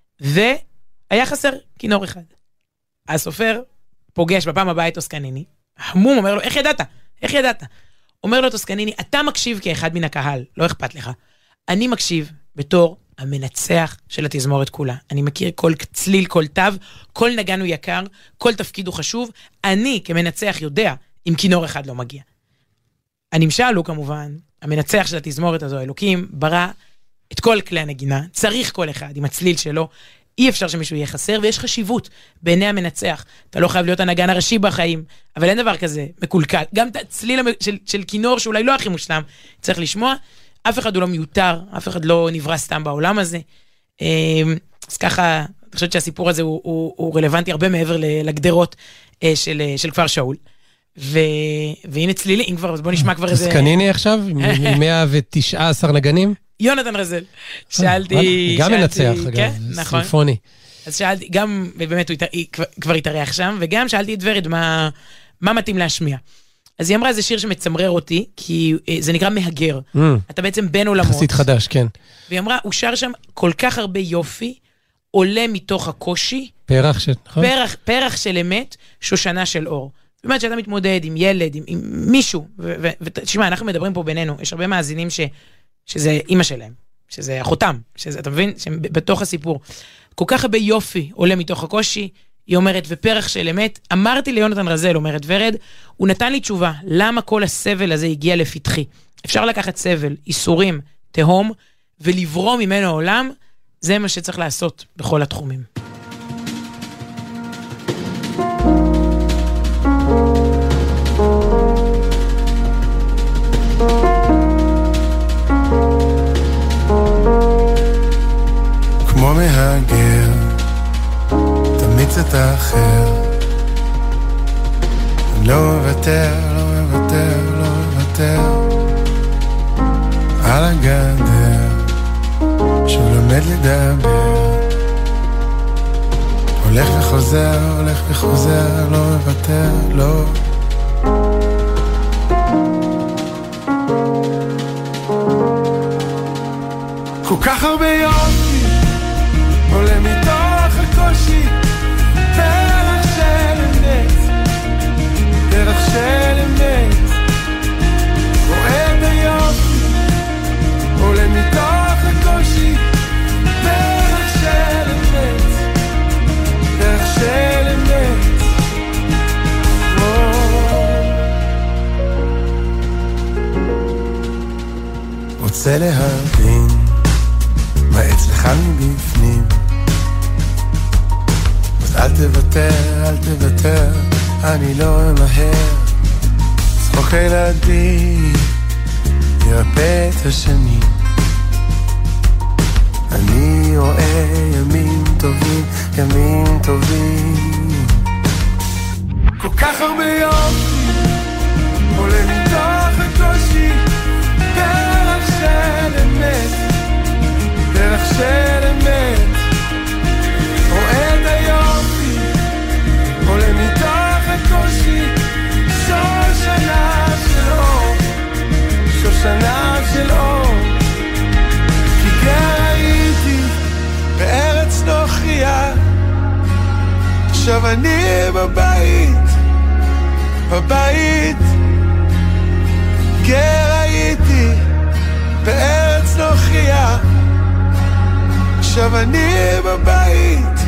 והיה חסר כינור אחד. הסופר פוגש בפעם הבאה את טוסקניני, המום אומר לו, איך ידעת? אומר לו טוסקניני, אתה מקשיב כאחד מן הקהל, לא אכפת לך. אני מקשיב בתור המנצח של התזמורת כולה. אני מכיר כל צליל, כל תו, כל נגן הוא יקר, כל תפקיד הוא חשוב. אני כמנצח יודע אם כינור אחד לא מגיע. הנמשל הוא כמובן, המנצח של התזמורת הזו, אלוקים, ברא את כל כלי הנגינה, צריך כל אחד עם הצליל שלו, אי אפשר שמישהו יהיה חסר, ויש חשיבות בעיני המנצח. אתה לא חייב להיות הנגן הראשי בחיים, אבל אין דבר כזה מקולקל. גם את הצליל של כינור, שאולי לא הכי מושלם, צריך לשמוע. אף אחד הוא לא מיותר, אף אחד לא נברא סתם בעולם הזה. אז ככה, אני חושבת שהסיפור הזה הוא רלוונטי הרבה מעבר לגדרות של כפר שאול. והנה צלילי, אם כבר, אז בוא נשמע כבר איזה...
טוסקניני עכשיו, מ-119 נגנים?
יונתן רזל. שאלתי...
גם מנצח, אגב, סימפוני.
אז שאלתי, גם, ובאמת הוא כבר התארח שם, וגם שאלתי את ורד מה מתאים להשמיע. אז היא אמרה, זה שיר שמצמרר אותי, כי זה נקרא מהגר. אתה בעצם בין עולמות.
חסית חדש, כן.
והיא אמרה, הוא שר שם כל כך הרבה יופי, עולה מתוך הקושי.
פרח של, נכון?
פרח של אמת, שושנה של אור. זאת אומרת שאתה מתמודד עם ילד, עם מישהו, ותשמע, אנחנו מדברים פה בינינו, יש הרבה מאזינים שזה אמא שלהם, שזה אחותם, אתה מבין? בתוך הסיפור. כל כך הרבה יופי עולה מתוך הקושי, היא אומרת, ופרח של אמת, אמרתי ליונתן רזל, אומרת ורד, הוא נתן לי תשובה, למה כל הסבל הזה הגיע לפתחי? אפשר לקחת סבל, איסורים, תהום, ולברום ממנו העולם, זה מה שצריך לעשות בכל התחומים.
כמו מהגר, תמיץ את האחר, אני לא מוותר, לא מוותר, לא מוותר. הגדר, שוב לומד לדבר, הולך וחוזר, לא מוותר, לא. כל כך הרבה יופי עולה מתוך הקושי, דרך של אמת, דרך של אמת, רואה את היופי עולה מתוך הקושי, דרך של אמת, דרך של אמת. רוצה להבין מה אצלך מבפנים, אז אל תוותר, אני לא אמהר. צחוק הילדים ירפא את השנים, אני רואה ימים טובים, כל כך הרבה יופי עולה מתוך הקושי, דרך של אמת, דרך של אמת, רואה את היופי עולה מתוך הקושי, שושנה של אור, כי גר הייתי בארץ נוכריה, עכשיו אני בבית, גר הייתי בארץ נוכריה, עכשיו אני בבית.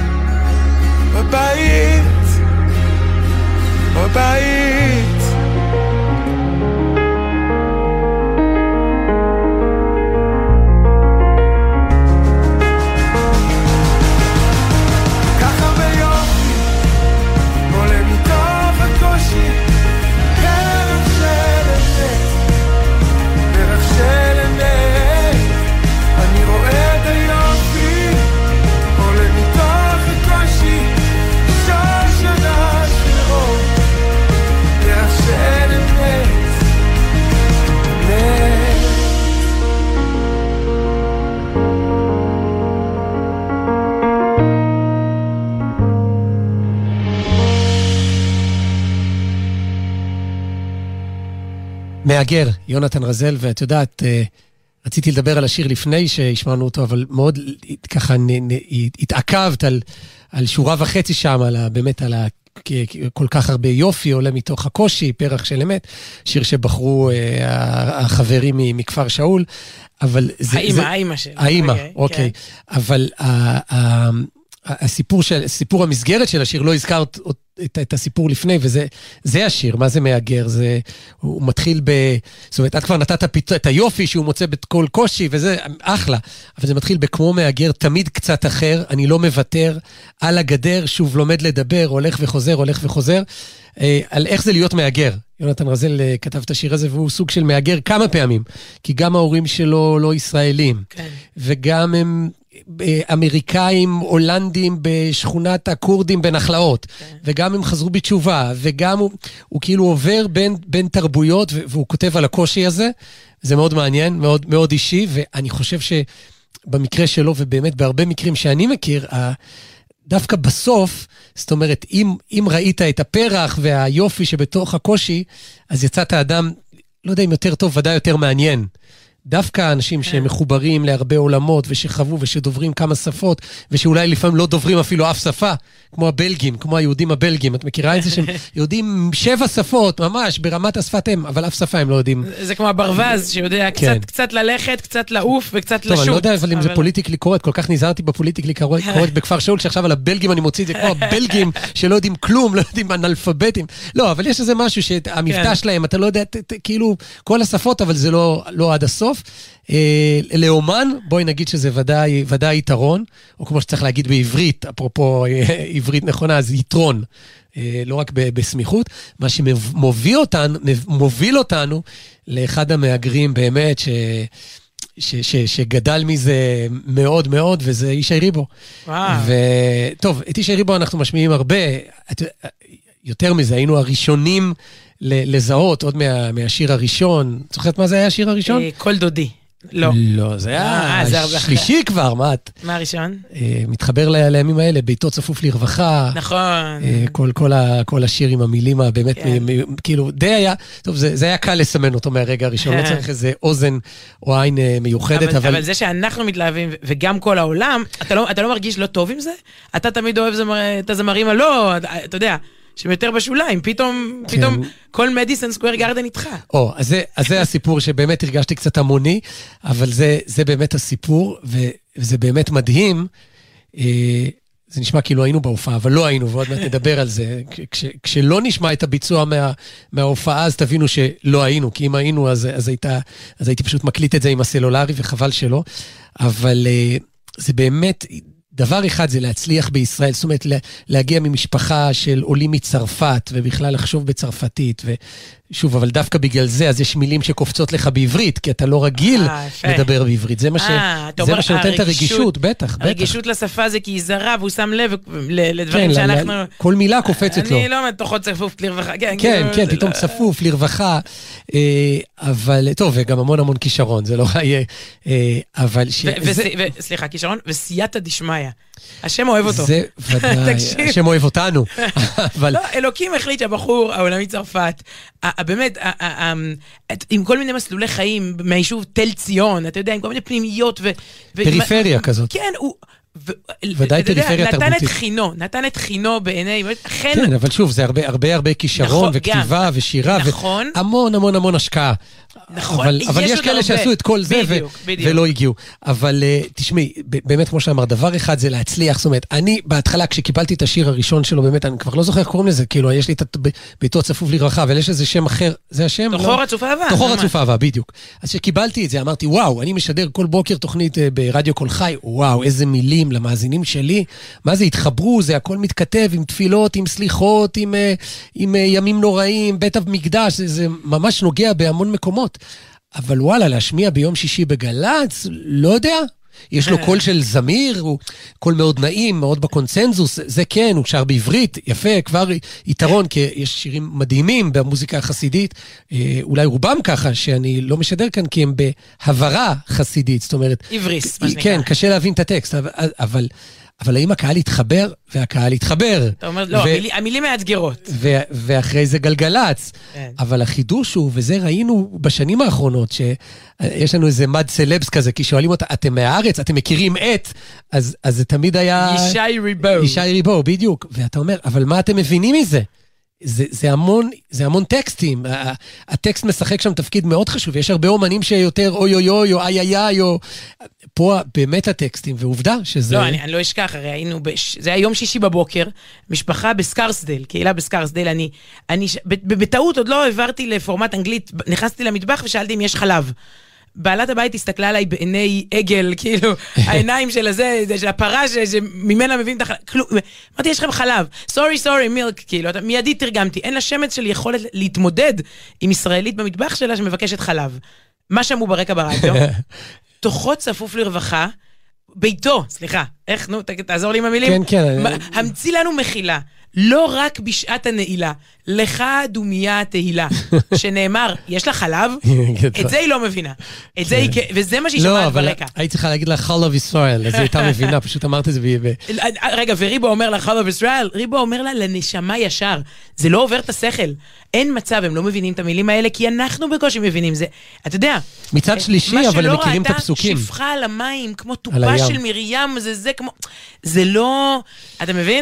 ככה ביופי עולה מתוך הקושי, דרך של אמת, אני רואה את היופי עולה מתוך הקושי, שושנה של אור, דרך של אמת.
מהגר, יונתן רזל, ואת יודעת, רציתי לדבר על השיר לפני שהשמענו אותו, אבל מאוד ככה התעכבת על שורה וחצי שם, באמת על כל כך הרבה יופי עולה מתוך הקושי, פרח של אמת, שיר שבחרו החברים מכפר שאול, אבל זה...
האמא של...
האמא, אוקיי. אבל סיפור המסגרת של השיר, לא הזכרת את הסיפור לפני, וזה השיר, מה זה מהגר? הוא מתחיל זאת אומרת, את כבר נתת את היופי שהוא מוצא בכל קושי, וזה אחלה, אבל זה מתחיל בכמו מהגר, תמיד קצת אחר, אני לא מוותר, על הגדר, שוב לומד לדבר, הולך וחוזר, על איך זה להיות מהגר. יונתן רזל כתב את השיר הזה, והוא סוג של מהגר כמה פעמים, כי גם ההורים שלו לא ישראלים, כן. וגם הם... אמריקאים, הולנדים בשכונת הקורדים בנחלאות, וגם הם חזרו בתשובה, וגם הוא כאילו עובר בין תרבויות, והוא כותב על הקושי הזה, זה מאוד מעניין, מאוד, מאוד אישי, ואני חושב שבמקרה שלו, ובאמת בהרבה מקרים שאני מכיר, דווקא בסוף, זאת אומרת, אם ראית את הפרח והיופי שבתוך הקושי, אז יצאת האדם, לא יודע אם יותר טוב, ודאי יותר מעניין. דווקא אנשים שמחוברים להרבה עולמות ושחוו ושדוברים כמה שפות, ושאולי לפעמים לא דוברים אפילו אף שפה, כמו הבלגים, כמו היהודים הבלגים. את מכירה את זה שהם יודעים 7 שפות, ממש, ברמת השפת הם, אבל אף שפה הם לא יודעים.
זה כמו הברווז, שיודע קצת ללכת, קצת לעוף וקצת לשוט.
טוב, אני לא יודע, אבל אם זה פוליטיקלי קורקט, כל כך נזהרתי בפוליטיקלי קורקט בכפר שאול, שעכשיו על הבלגים אני מוציא את זה, כמו הבלגים שלא יודעים כלום, לא יודעים אנאלפביתים. לא, אבל יש איזה משהו שהמבטא שלהם, אתה לא יודע, כאילו, כל השפות, אבל זה לא עד הסוף. לאומן, בואי נגיד שזה ודאי יתרון, או כמו שצריך להגיד בעברית, אפרופו עברית נכונה, אז יתרון, לא רק בסמיכות, מה שמוביל אותנו לאחד המהגרים באמת, שגדל מזה מאוד מאוד, וזה ישי ריבו. וטוב, את ישי ריבו אנחנו משמיעים הרבה, יותר מזה, היינו הראשונים לזהות, עוד מהשיר הראשון. זוכרת מה זה היה השיר הראשון?
כל דודי. לא.
לא, זה היה שלישי כבר, מה את?
מה הראשון?
מתחבר לימים האלה, ביתו צפוף לרווחה.
נכון.
כל השיר עם המילים, באמת, כאילו, די היה, טוב, זה היה קל לסמן אותו מהרגע הראשון, לא צריך איזה אוזן או עין מיוחדת,
אבל זה שאנחנו מתלהבים, וגם כל העולם, אתה לא מרגיש לא טוב עם זה? אתה תמיד אוהב את הזמרים הלא, אתה יודע, שהם יותר בשוליים, פתאום כל מדיסון סקוואר גארדן איתך.
אז זה הסיפור שבאמת הרגשתי קצת המוני, אבל זה באמת הסיפור, וזה באמת מדהים. זה נשמע כאילו היינו בהופעה, אבל לא היינו, ועוד מעט נדבר על זה. כשלא נשמע את הביצוע מההופעה, אז תבינו שלא היינו, כי אם היינו, אז הייתי פשוט מקליט את זה עם הסלולרי, וחבל שלא. אבל זה באמת... דבר אחד זה להצליח בישראל, זאת אומרת, להגיע ממשפחה של עולים מצרפת, ובכלל לחשוב בצרפתית, ושוב, אבל דווקא בגלל זה, אז יש מילים שקופצות לך בעברית, כי אתה לא רגיל לדבר בעברית. זה מה שנותן את הרגישות, בטח.
הרגישות לשפה זה כי היא זרה, והוא שם לב לדברים שאנחנו...
כל מילה קופצת לו.
אני לא תוכות צפוף לרווחה.
כן, פתאום צפוף לרווחה. אבל, טוב, וגם המון כישרון, זה לא יהיה... אבל...
סליחה, כישרון, וסייעתא דשמיא. השם אוהב אותו.
זה ודאי, השם אוהב אותנו.
לא, אלוקים החליט שהבחור, העולמי צרפת, באמת, עם כל מיני מסלולי חיים, מהיישוב תל ציון, אתה יודע, עם כל מיני פנימיות
פריפריה כזאת.
כן, הוא...
ודאי פריפריה תרבותית.
נתן את חינו בעיני,
כן, אבל שוב, זה הרבה כישרון וכתיבה ושירה, והמון השקעה. אבל יש כאלה שעשו את כל זה ולא הגיעו. אבל תשמעי, באמת כמו שאמר, דבר אחד זה להצליח, זאת אומרת, אני בהתחלה כשקיבלתי את השיר הראשון שלו, באמת, אני כבר לא זוכר איך קוראים לזה, כאילו, יש לי את ביתו צפוף לרווחה, אבל יש איזה שם אחר, זה השם?
תחור רצוף אהבה.
תחור רצוף אהבה, בדיוק. אז שקיבלתי את זה, אמרתי, וואו, אני משדר כל בוקר תוכנית ברדיו קול חי, וואו, איזה מילים למאזינים שלי, מה זה התחברו, זה הכל מתכתב עם תפילות, עם סליחות, עם ימים נוראים, בית המקדש, זה ממש נוגע בהמון מקומות. אבל וואלה, להשמיע ביום שישי בגלץ, לא יודע. יש לו קול של זמיר, הוא קול מאוד נעים, מאוד בקונצנזוס, זה כן, הוא שר בעברית, יפה, כבר יתרון, כי יש שירים מדהימים במוזיקה החסידית, אולי רובם ככה, שאני לא משדר כאן, כי הם בהברה חסידית, זאת אומרת...
עבריס, מה שנקרא.
כן, קשה להבין את הטקסט, אבל האם הקהל יתחבר? והקהל יתחבר.
אתה אומר, לא, המילים מאתגרות.
ואחרי זה גלגלץ. אבל החידוש הוא, וזה ראינו בשנים האחרונות, שיש לנו איזה מד סלבס כזה, כי שואלים אותה, אתם מהארץ, אתם מכירים את, אז זה תמיד היה... ישי ריבו, בדיוק. ואתה אומר, אבל מה אתם מבינים מזה? זה המון טקסטים, הטקסט משחק שם תפקיד מאוד חשוב, יש הרבה אומנים שיותר אוי אוי אוי או איי איי איי, פה באמת הטקסטים, ועובדה שזה...
לא, אני לא אשכח, הרי היינו, זה היה יום שישי בבוקר, משפחה בסקרסדל, קהילה בסקרסדל, אני בטעות עוד לא העברתי לפורמט אנגלית, נכנסתי למטבח ושאלתי אם יש חלב. בעלת הבית הסתכלה עליי בעיני עגל, כאילו, העיניים של הזה, של הפרה שממנה מביאים את החלב, כלום, אמרתי, יש לכם חלב, sorry, milk, כאילו, מיידי תרגמתי, אין לשמץ שלי יכולת להתמודד עם ישראלית במטבח שלה שמבקשת חלב. מה שמעו ברקע ברדיו? תוכו צפוף לרווחה, ביתו, סליחה, איך, נו, תעזור לי עם המילים?
כן.
המציא לנו מחילה. לא רק בשעת הנעילה, לך דומיה תהילה, שנאמר, יש לה חלב? את זה היא לא מבינה. וזה מה שהיא שמעת ברקע.
לא, אבל היית צריכה להגיד לה חלב ישראל, אז היא הייתה מבינה, פשוט אמרת את זה.
רגע, וריבו אומר לה חלב ישראל, ריבו אומר לה לנשמה ישר. זה לא עובר את השכל. אין מצב, הם לא מבינים את המילים האלה, כי אנחנו בקושי מבינים זה. אתה יודע,
מצד שלישי, אבל הם מכירים את הפסוקים.
מה שלא ראתה, שפחה על המים, כמו טופה של מרים, זה כמו... זה לא... אתה מבין?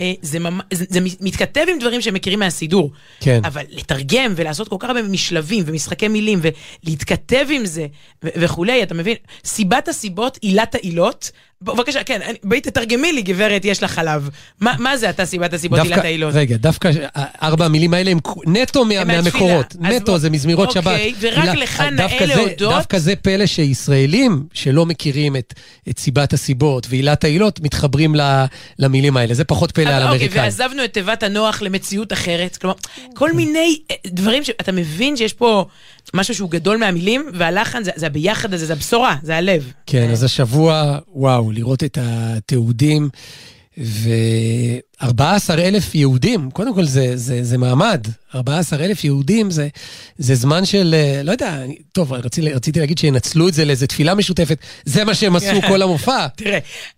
זה מתכתב עם דברים שהם מכירים מהסידור.
כן.
אבל לתרגם ולעשות כל כך הרבה משלבים ומשחקי מילים ולהתכתב עם זה וכולי, אתה מבין? סיבת הסיבות, עילת העילות. בבקשה, כן, בואי תתרגמי לי, גברת, יש לה חלב. מה זה אתה סיבת הסיבות, עילת העילות?
רגע, דווקא 4 המילים האלה הם נטו מהמקורות. נטו זה מזמירות שבת.
אוקיי, ורק לך נאה להודות.
דווקא זה פלא שישראלים שלא מכירים את סיבת הסיבות ועילת העילות מתחברים למילים האלה. זה פחות פלא על אמריקאים.
אוקיי, ועזבנו את תיבת הנוח למציאות אחרת. כלומר, כל מיני דברים שאתה מבין שיש פה משהו שהוא גדול מהמילים, והלחן זה הביחד הזה, זה הבשורה, זה הלב.
כן, אז השבוע, וואו, לראות את התיעודים, 14,000 יהודים, קודם כל זה מעמד, 14,000 יהודים זה זמן של, לא יודע, טוב, רציתי להגיד שינצלו את זה לאיזו תפילה משותפת, זה מה שהם עשו כל המופע.
תראה,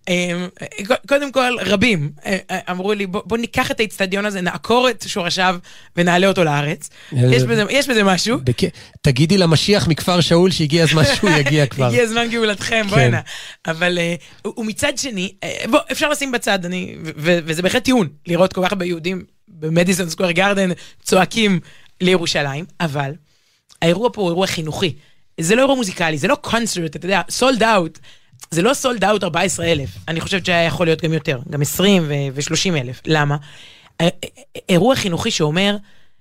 קודם כל, רבים אמרו לי, בוא ניקח את האצטדיון הזה, נעקור את שורשיו ונעלה אותו לארץ. יש בזה משהו.
תגידי למשיח מכפר שאול שהגיע הזמן שהוא יגיע כבר.
הגיע הזמן גאולתכם, בוא הנה. אבל, ומצד שני, בוא, אפשר לשים בצד, וזה בהחלט טיעון, לראות כל כך הרבה יהודים במדיסון סקוור גארדן צועקים לירושלים, אבל האירוע פה הוא אירוע חינוכי. זה לא אירוע מוזיקלי, זה לא קונצרט, אתה יודע, סולד אאוט. זה לא סולד אאוט 14,000. אני חושבת שהיה יכול להיות גם יותר, גם 20 ו-30,000. למה? אירוע חינוכי שאומר,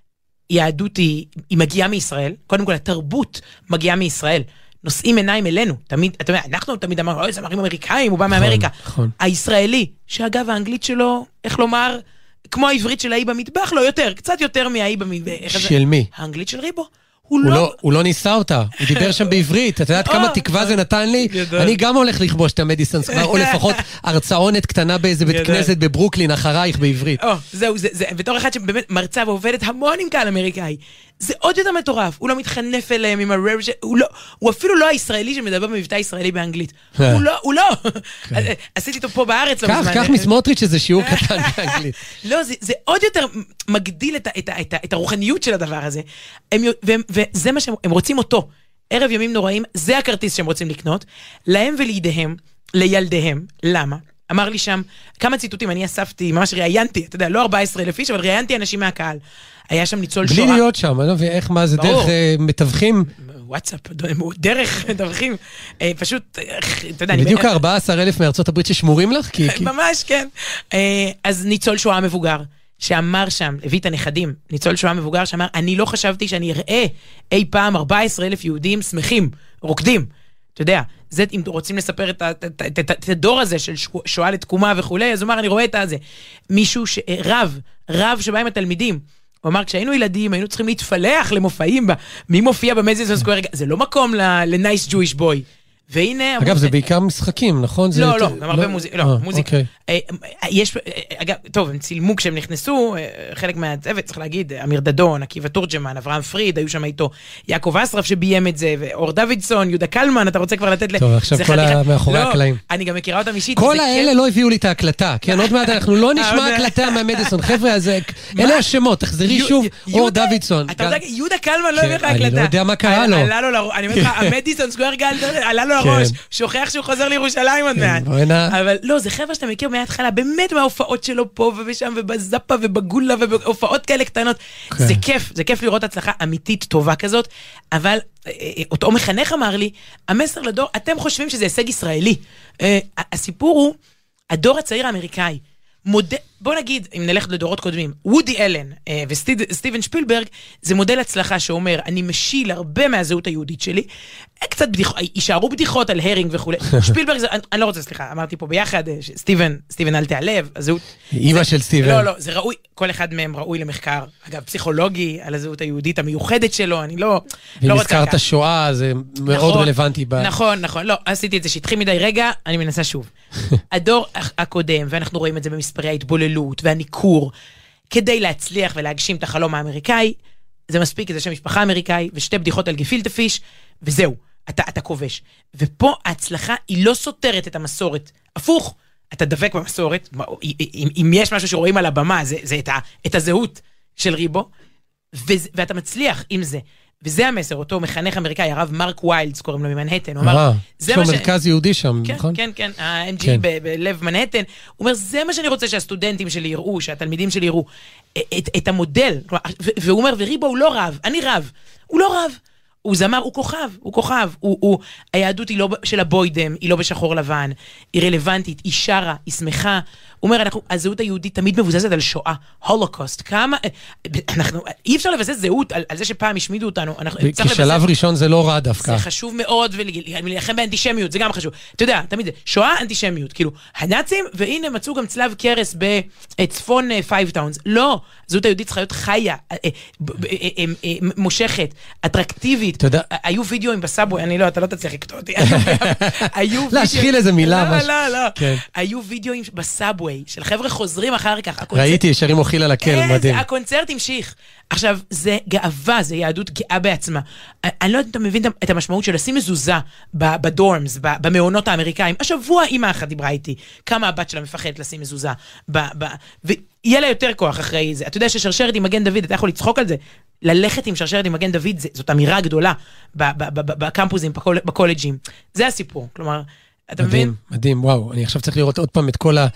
יהדות היא מגיעה מישראל, קודם כל התרבות מגיעה מישראל. נושאים עיניים אלינו, תמיד, אתה יודע, אנחנו תמיד אמרנו, אוי, זמרים אמריקאים, הוא בא מאמריקה. הישראלי, שאגב האנגלית שלו, איך לומר, כמו העברית של האי במטבח, לא יותר, קצת יותר מהאי במטבח.
של מי?
האנגלית של ריבו.
הוא לא ניסה אותה, הוא דיבר שם בעברית, אתה יודעת כמה תקווה זה נתן לי? אני גם הולך לכבוש את המדיסון סקוור, או לפחות הרצאונת קטנה באיזה בית כנסת בברוקלין, אחרייך בעברית.
זהו, בתור אחד שבאמת מרצה ועובדת המון עם קהל אמריקאי, זה עוד יותר מטורף, הוא לא מתחנף אליהם עם הרב, הוא אפילו לא הישראלי שמדבר במבטא ישראלי באנגלית, הוא לא, עשיתי אותו פה בארץ.
כך מסמוטריץ' שזה שיעור קטן באנגלית.
לא, זה עוד יותר מגדיל את הרוחניות של הדבר הזה, וזה מה שהם רוצים אותו, ערב ימים נוראים, זה הכרטיס שהם רוצים לקנות, להם ולידיהם, לילדיהם, למה? אמר לי שם, כמה ציטוטים, אני אספתי, ממש ראיינתי, אתה יודע, לא 14,000 איש, אבל ראיינתי אנשים מהקהל. היה שם ניצול שואה.
בלי להיות שם, אני לא מבין, איך, מה זה דרך מתווכים?
וואטסאפ, דרך מתווכים, פשוט, אתה יודע,
בדיוק 14,000 מארצות הברית ששמורים לך?
ממש, כן. אז ניצול שואה מבוגר, שאמר שם, הביא את הנכדים, ניצול שואה מבוגר, שאמר, אני לא חשבתי שאני אראה אי פעם 14,000 יהודים שמחים, רוקדים. אתה יודע, זה אם רוצים לספר את הדור הזה של שואה לתקומה וכולי, אז הוא אמר, אני רואה את זה. מישהו רב שבא עם התלמידים, הוא אמר, כשהיינו ילדים, היינו צריכים להתפלח למופעים, מי מופיע במדיסון סקוור גארדן, זה לא מקום ל-nice Jewish boy. והנה...
אגב, זה בעיקר משחקים, נכון?
לא, גם הרבה מוזיקה. לא, מוזיקה. יש, אגב, טוב, הם צילמו כשהם נכנסו, חלק מהצוות, צריך להגיד, אמיר דדון, עקיבא תורג'מן, אברהם פריד, היו שם איתו יעקב אסרף שביים את זה, ואור דוידסון, יהודה קלמן, אתה רוצה כבר לתת...
טוב, עכשיו כל מאחורי הקלעים.
אני גם מכירה אותם אישית.
כל האלה לא הביאו לי את ההקלטה, כן, עוד מעט אנחנו לא נשמע הקלטה מהמדיסון. חבר'ה, אלה השמות, תחזרי שוב, אור דוידסון.
אתה יודע, יהודה קלמן לא הביא לך הקלטה.
אני לא יודע מה קרה לו.
אני אומר לך, המדיסון סקוור גארדן עלה לו לראש, שוכח שהוא חוזר לירושלים עוד מעט. אבל לא, זה חבר'ה שאתה מכיר מההתחלה, באמת מההופעות שלו פה ובשם ובזאפה ובגולה ובהופעות כאלה קטנות. זה כיף, זה כיף לראות הצלחה אמיתית טובה כזאת, אבל אותו מחנך אמר לי, המסר לדור, אתם חושבים שזה הישג ישראלי. הסיפור הוא, הדור הצעיר האמריקאי, בוא נגיד, אם נלך לדורות קודמים, וודי אלן וסטיבן שפילברג, זה מודל הצלחה שאומר, אני משיל הרבה מהזהות היהודית שלי, קצת בדיחות, יישארו בדיחות על הרינג וכו'. שפילברג, אני לא רוצה, סליחה, אמרתי פה ביחד, סטיבן אל תיעלב, הזהות...
אמא של סטיבן.
לא, זה ראוי, כל אחד מהם ראוי למחקר, אגב, פסיכולוגי, על הזהות היהודית המיוחדת שלו, אני לא...
אם הזכרת שואה, זה מאוד רלוונטי.
נכון, לא, עשיתי את זה שהתחיל מדי רגע, אני מנסה שוב. הדור הקודם, ואנחנו רואים את זה במספרי ההתבוללות והניקור, כדי להצליח ולהגשים את החלום האמריקאי, זה מספיק, זה שם משפחה אמריקאי, ושתי בדיחות על גפילטע פיש, וזהו, אתה כובש. ופה ההצלחה היא לא סותרת את המסורת. הפוך, אתה דבק במסורת, אם יש משהו שרואים על הבמה, זה את הזהות של ריבו, ואתה מצליח עם זה. וזה המסר, אותו מחנך אמריקאי, הרב מרק ויילדס, קוראים לו ממנהטן, הוא אמר,
יש לו מרכז יהודי שם, נכון?
כן, ה-MG בלב מנהטן, הוא אומר, זה מה שאני רוצה שהסטודנטים שלי יראו, שהתלמידים שלי יראו, את המודל, והוא אומר, וריבו הוא לא רב, אני רב, הוא לא רב, הוא זמר, הוא כוכב, היהדות היא לא של הבוידם, היא לא בשחור לבן, היא רלוונטית, היא שרה, היא שמחה, הוא אומר, הזהות היהודית תמיד מבוססת על שואה, הולוקוסט, אי אפשר לבסס זהות על זה שפעם השמידו אותנו,
כשלב ראשון זה לא רע דווקא.
זה חשוב מאוד, ולהילחם באנטישמיות, זה גם חשוב. אתה יודע, תמיד זה, שואה, אנטישמיות, כאילו, הנאצים, והנה מצאו גם צלב קרס בצפון פייבטאונס, לא, הזהות היהודית צריכה להיות חיה, מושכת, אטרקטיבית, אמיתית.
תודה.
היו וידאוים בסאבווי, אני לא, אתה לא תצליח לקטוע אותי.
להשחיל איזה מילה.
לא. היו וידאוים בסאבווי של חבר'ה חוזרים אחר כך.
ראיתי, שרים אוכל על הקל, מדהים.
הקונצרט המשיך. עכשיו, זה גאווה, זה יהדות גאה בעצמה. אני לא יודעת אם אתה מבין את המשמעות של לשים מזוזה בדורמס, במעונות האמריקאים. השבוע אמא אחת דיברה איתי, כמה הבת שלה מפחדת לשים מזוזה. ויהיה לה יותר כוח אחרי זה. אתה יודע ששרשרת עם מגן דוד, אתה יכול לצחוק על זה. ללכת עם שרשרת עם מגן דוד, זאת אמירה גדולה בקמפוסים, בקולג'ים. זה הסיפור, כלומר, אתה מבין?
מדהים, וואו. אני עכשיו צריך לראות עוד פעם את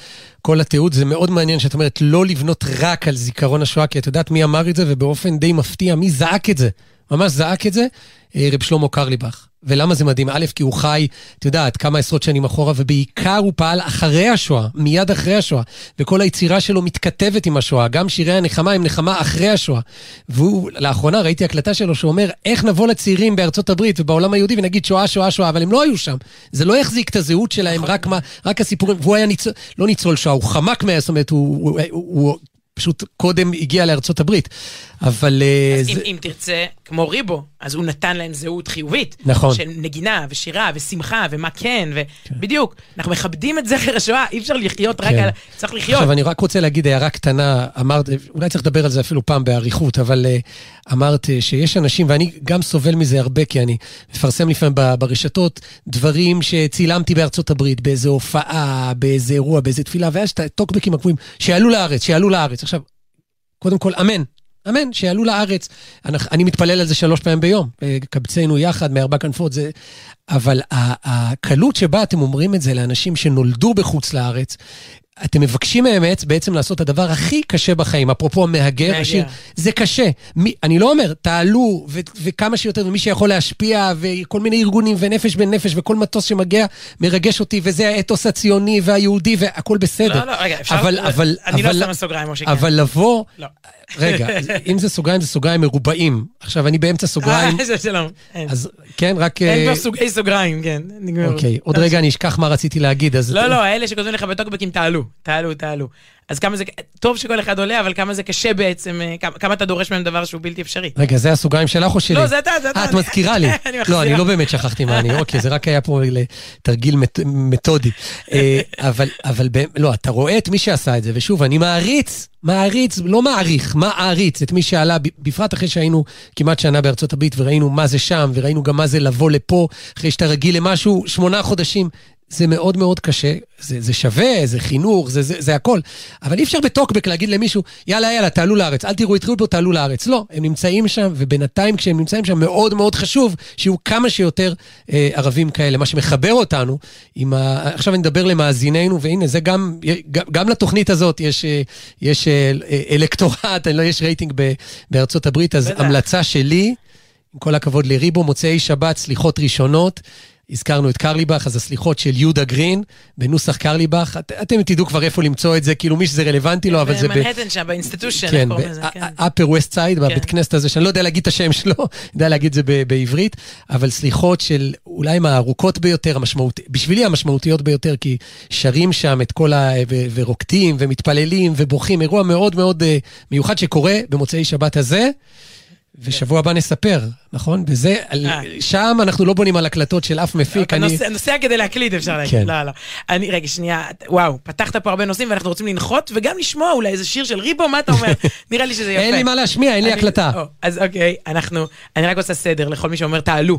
כל התיעוד. זה מאוד מעניין שאת אומרת, לא לבנות רק על זיכרון השואה, כי את יודעת מי אמר את זה, ובאופן די מפתיע, מי זעק את זה? ממש זעק את זה? רב שלמה קרליבך. ולמה זה מדהים? א', כי הוא חי, את יודעת, כמה עשרות שנים אחורה, ובעיקר הוא פעל אחרי השואה, מיד אחרי השואה, וכל היצירה שלו מתכתבת עם השואה, גם שירי הנחמה הם נחמה אחרי השואה. והוא, לאחרונה ראיתי הקלטה שלו שאומר, איך נבוא לצעירים בארצות הברית ובעולם היהודי ונגיד שואה, שואה, שואה, אבל הם לא היו שם. זה לא יחזיק את הזהות שלהם, רק הסיפורים, והוא היה לא ניצול שואה, הוא חמק מה, זאת אומרת, הוא פשוט קודם הגיע לארצות הברית. אבל
אז אם תרצה, כמו ריבו, אז הוא נתן להם זהות חיובית.
נכון.
של נגינה ושירה ושמחה ומה כן, ובדיוק, אנחנו מכבדים את זכר השואה, אי אפשר לחיות רק על... צריך לחיות.
עכשיו, אני רק רוצה להגיד הערה קטנה, אמרת, אולי צריך לדבר על זה אפילו פעם בעריכות, אבל אמרת שיש אנשים, ואני גם סובל מזה הרבה, כי אני מפרסם לפעמים ברשתות, דברים שצילמתי בארצות הברית, באיזו הופעה, באיזה אירוע, באיזה תפילה, ויש את הטוקבקים הקבועים, שיעלו לארץ. עכשיו, קודם כל, אמן, שיעלו לארץ. אני מתפלל על זה 3 פעמים ביום. קבצנו יחד, מ4 כנפות. אבל הקלות שבה אתם אומרים את זה לאנשים שנולדו בחוץ לארץ, אתם מבקשים מהאמת בעצם לעשות את הדבר הכי קשה בחיים. אפרופו המהגר, השיר, זה קשה. אני לא אומר, תעלו וכמה שיותר, ומי שיכול להשפיע, וכל מיני ארגונים ונפש בין נפש, וכל מטוס שמגיע מרגש אותי, וזה האתוס הציוני והיהודי, והכל בסדר.
לא, רגע, אפשר... אני לא שם סוגריים, או שכן.
אבל לבוא...
לא.
רגע, אם זה סוגריים, זה סוגריים מרובעים. עכשיו, אני באמצע סוגריים.
זה שלום.
אז כן, רק...
אין כבר סוגי סוגריים, כן.
אוקיי, עוד רגע אני אשכח מה רציתי להגיד.
לא, האלה שכותבים לך בטוקבקים, תעלו. אז כמה זה... טוב שכל אחד עולה, אבל כמה זה קשה בעצם, כמה אתה דורש מהם דבר שהוא בלתי אפשרי.
רגע, זה הסוגריים שלך או שלי?
לא, זה אתה.
את מזכירה לי. לא, אני לא באמת שכחתי מה אני. אוקיי, זה רק היה פה לתרגיל מתודי. אבל לא, אתה רואה את מי שעשה את זה, ושוב, אני מעריץ את מי שעלה, בפרט אחרי שהיינו כמעט שנה בארצות הברית, וראינו מה זה שם, וראינו גם מה זה לבוא לפה, אחרי שאתה רגיל למשהו, 8 חודשים, זה מאוד מאוד קשה, זה שווה, זה חינוך, זה הכל. אבל אי אפשר בטוקבק להגיד למישהו, יאללה, תעלו לארץ, אל תראו, התחילו פה, תעלו לארץ. לא, הם נמצאים שם, ובינתיים כשהם נמצאים שם, מאוד מאוד חשוב, שיהיו כמה שיותר ערבים כאלה. מה שמחבר אותנו, עכשיו אני מדבר למאזיננו, והנה, זה גם לתוכנית הזאת, יש אלקטורט, יש רייטינג בארצות הברית, אז המלצה שלי, עם כל הכבוד לריבו, מוצאי שבת, סליחות ראשונות, הזכרנו את קרליבך, אז הסליחות של יהודה גרין, בנוסח קרליבך, אתם תדעו כבר איפה למצוא את זה, כאילו מי שזה רלוונטי לו, אבל זה...
במנהטן שם, באינסטיטושן,
כן, באפר ווסט סייד, בבית כנסת הזה, שאני לא יודע להגיד את השם שלו, יודע להגיד את זה בעברית, אבל סליחות של אולי מהארוכות ביותר, בשבילי המשמעותיות ביותר, כי שרים שם את כל ורוקטים ומתפללים ובוכים, אירוע מאוד מאוד מיוחד שקורה במוצאי שבת הזה, ושבוע הבא נספר, נכון? וזה, שם אנחנו לא בונים על הקלטות של אף מפיק.
נוסע כדי להקליט, אפשר להגיד. לא. רגע, שנייה, וואו, פתחת פה הרבה נושאים, ואנחנו רוצים לנחות, וגם לשמוע אולי איזה שיר של ריבו, מה אתה אומר? נראה לי שזה יפה.
אין לי מה להשמיע, אין לי הקלטה.
אז אוקיי, אני רק עושה סדר לכל מי שאומר, תעלו.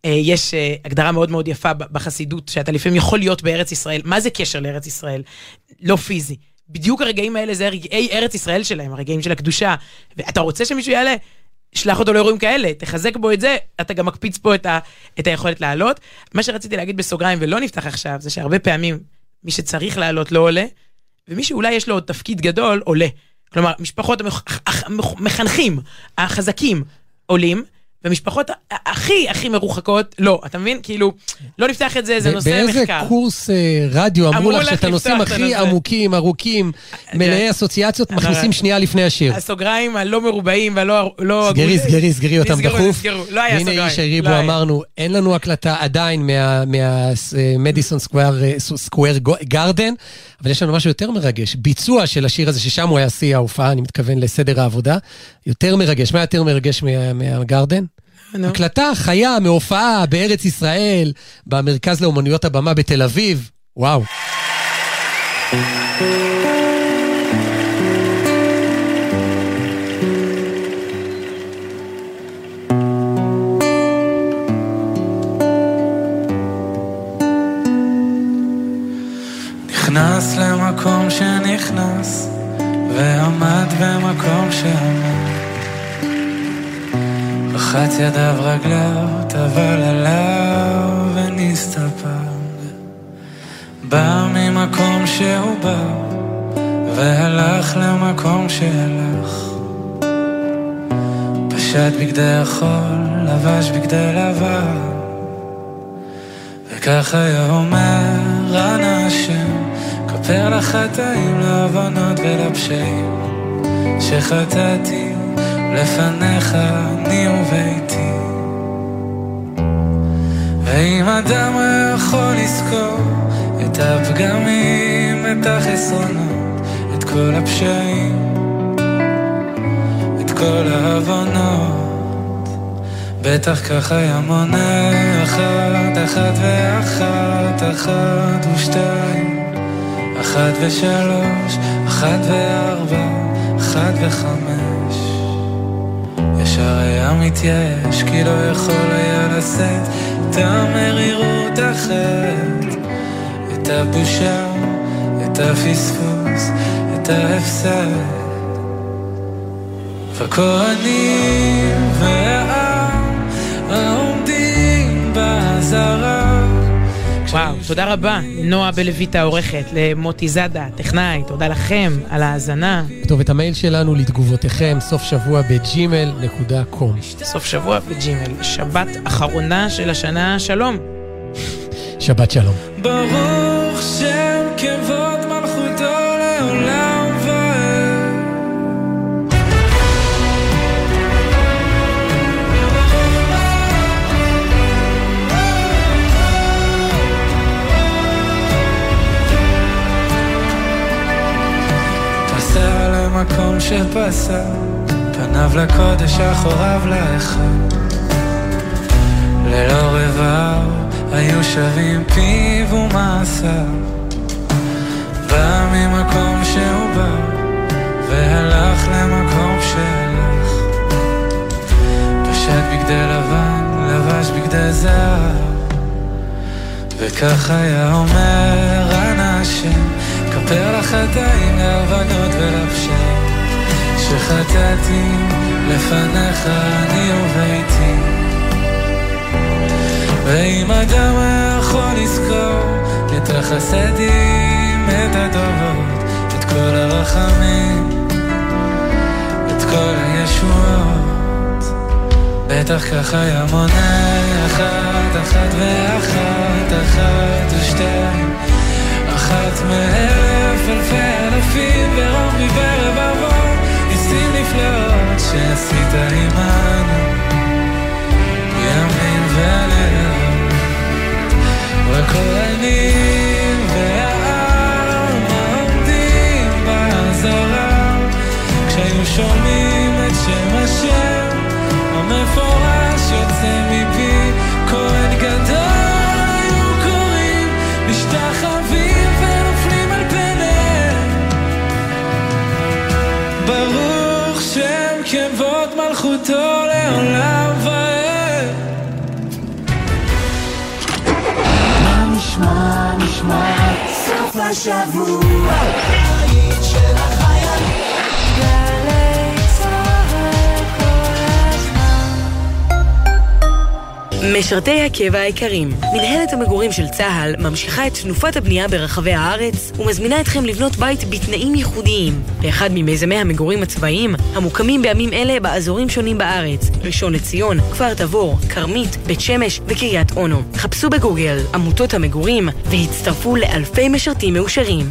יש הגדרה מאוד מאוד יפה בחסידות, שאתה לפעמים יכול להיות בארץ ישראל. מה זה קשר לארץ ישראל? לא פיזי. בדיוק הרגעים האלה זה רגעי ארץ ישראל שלהם, הרגעים של הקדושה. ואתה רוצה שמישהו יעלה? שלח אותו לאירועים כאלה, תחזק בו את זה, אתה גם מקפיץ פה את היכולת לעלות. מה שרציתי להגיד בסוגריים ולא נפתח עכשיו, זה שהרבה פעמים מי שצריך לעלות לא עולה, ומי שאולי יש לו עוד תפקיד גדול עולה. כלומר, משפחות המחנכים, החזקים עולים, ומשפחות הכי מרוחקות, לא, אתה מבין? כאילו, לא נפתח את זה, זה נושא מחקר.
באיזה קורס רדיו אמרו לך שאת הנושאים הכי עמוקים, ארוכים, מלאי אסוציאציות, מכניסים שנייה לפני השיר.
הסוגריים הלא מרובעים והלא...
סגרי אותם דחוף.
לא היה סוגריים.
הנה איש הריבו אמרנו, אין לנו הקלטה עדיין מהמדיסון סקוואר גארדן, אבל יש לנו משהו יותר מרגש. ביצוע של השיר הזה, ששם הוא היה שיא ההופעה, אני מתכוון לסדר העבודה, יותר מרגש. מה יותר מרגש מהגארדן? הקלטה חיה מהופעה בארץ ישראל, במרכז לאומנויות הבמה בתל אביב. וואו.
נכנס למקום שנכנס ועמד במקום שעמד, רחץ ידיו רגליו, טבל עליו ונסתפר, בא ממקום שהוא בא והלך למקום שהלך, פשט בגדי החול, לבש בגדי לבן, וככה היה אומר אנא השם, כפר לחטאים, להבנות ולפשעים שחטאתי לפניך אני וביתי. ואם אדם יכול לזכור את הפגמים, את החסרונות, את כל הפשעים, את כל ההבנות, בטח ככה היה מונה אחת, אחת ואחת, אחת ושתיים, אחת ושלוש, אחת וארבע, אחת וחמש. ישר היה מתייאש, כי לא יכול היה לשאת את המרירות אחת, את הבושה, את הפספוס, את ההפסד. והכהנים והעם העומדים בעזרה.
וואו, תודה רבה, נועה בלויטה עורכת, למוטי זאדה, טכנאי, תודה לכם על ההאזנה.
טוב, את המייל שלנו לתגובותיכם, סוף שבוע ב@gmail.com.
סוף שבוע בג'ימל, שבת אחרונה של השנה, שלום.
שבת שלום.
ברוך שם כבוד מלכותו לעולם ועד. פסע למקום שפסע, פניו לקודש אחוריו לאחד, ללא רבב היו שווים פיו ומעשיו, בא ממקום שהוא בא והלך למקום שהלך, פשט בגדי לבן, לבש בגדי זהב, וכך היה אומר אנא השם, כפר לחטאים, להבנות ולפשעים שחטאתי לפניך אני וביתי. ואם אדם יכול לזכור את החסדים, את הטובות, את כל הרחמים, את כל הישועות, בטח ככה היה מונה אחת, אחת ואחת, אחת ושתיים, אחת מאלף אלפי אלפים ורוב מברבבות, ניסים נפלאות שעשית עמנו ימים ולילות. והכהנים והעם העומדים בעזרה, כשהיו שומעים את שם השם המפורש יוצא מפי, כהן גדול היו קוראים, משתחווים ונופלים על פניהם. ברוך שם כבוד מלכותו לעולם ועד.
נשמע, נשמע, סוף השבוע היית של החיילים, גלי צהל כל הזמן.
משרתי הקבע היקרים, מנהלת המגורים של צהל ממשיכה את תנופת הבנייה ברחבי הארץ ומזמינה אתכם לבנות בית בתנאים ייחודיים באחד ממיזמי המגורים הצבאיים המוקמים בימים אלה באזורים שונים בארץ: ראשון לציון, כפר תבור, כרמית, בית שמש וקריית אונו. חפשו בגוגל עמותות המגורים והצטרפו לאלפי משרתים מאושרים.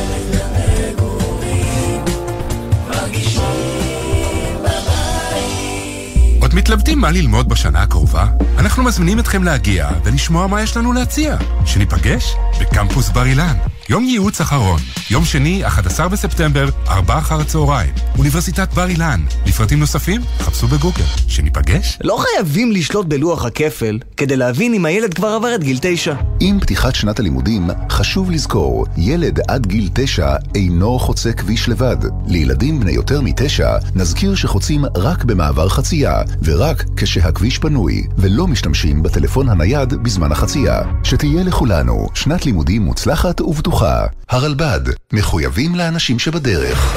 עוד מתלבטים מה ללמוד בשנה הקרובה? אנחנו מזמינים אתכם להגיע ולשמוע מה יש לנו להציע. שניפגש בקמפוס בר אילן. יום ייעוץ אחרון. יום שני, 11 בספטמבר, 4 אחר הצהריים. אוניברסיטת בר אילן. לפרטים נוספים, חפשו בגוגל. שניפגש?
לא חייבים לשלוט בלוח הכפל כדי להבין אם הילד כבר עבר את גיל 9.
עם פתיחת שנת הלימודים, חשוב לזכור, ילד עד גיל 9 אינו חוצה כביש לבד. לילדים בני יותר מ9, נזכיר שחוצים רק במעבר חצייה, ורק כשהכביש פנוי, ולא משתמשים בטלפון הנייד בזמן החצייה. שתהיה לכולנו שנת לימודים מוצלחת ובטוחה. הרלב"ד, מחויבים לאנשים שבדרך.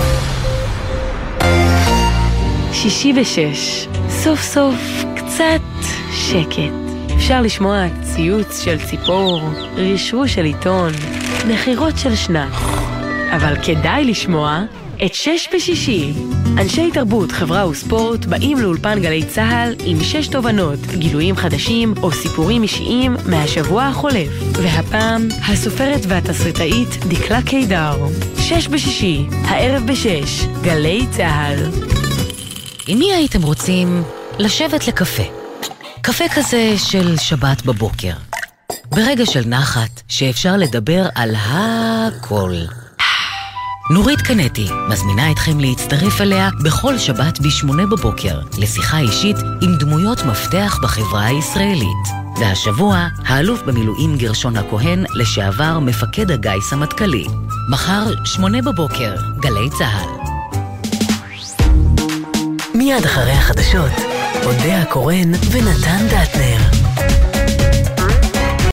66. סוף סוף קצת שקט. אפשר לשמוע ציוץ של ציפור, רשרוש של עיתון, נחירות של שנץ. אבל כדאי לשמוע את 6 בשישי. אנשי תרבות, חברה וספורט באים לאולפן גלי צהל עם 6 תובנות, גילויים חדשים או סיפורים אישיים מהשבוע החולף. והפעם, הסופרת והתסריטאית דקלה קידר. 6 בשישי, הערב ב6, גלי צהל.
עם מי הייתם רוצים לשבת לקפה? קפה כזה של שבת בבוקר. ברגע של נחת שאפשר לדבר על הכל. נורית קנטי מזמינה אתכם להצטרף אליה בכל שבת ב8 בבוקר לשיחה אישית עם דמויות מפתח בחברה הישראלית. והשבוע, האלוף במילואים גרשון הכהן לשעבר מפקד הגיס המטכ"לי. מחר 8 בבוקר, גלי צהל.
מיד אחרי החדשות, אודיה קורן ונתן דטנר.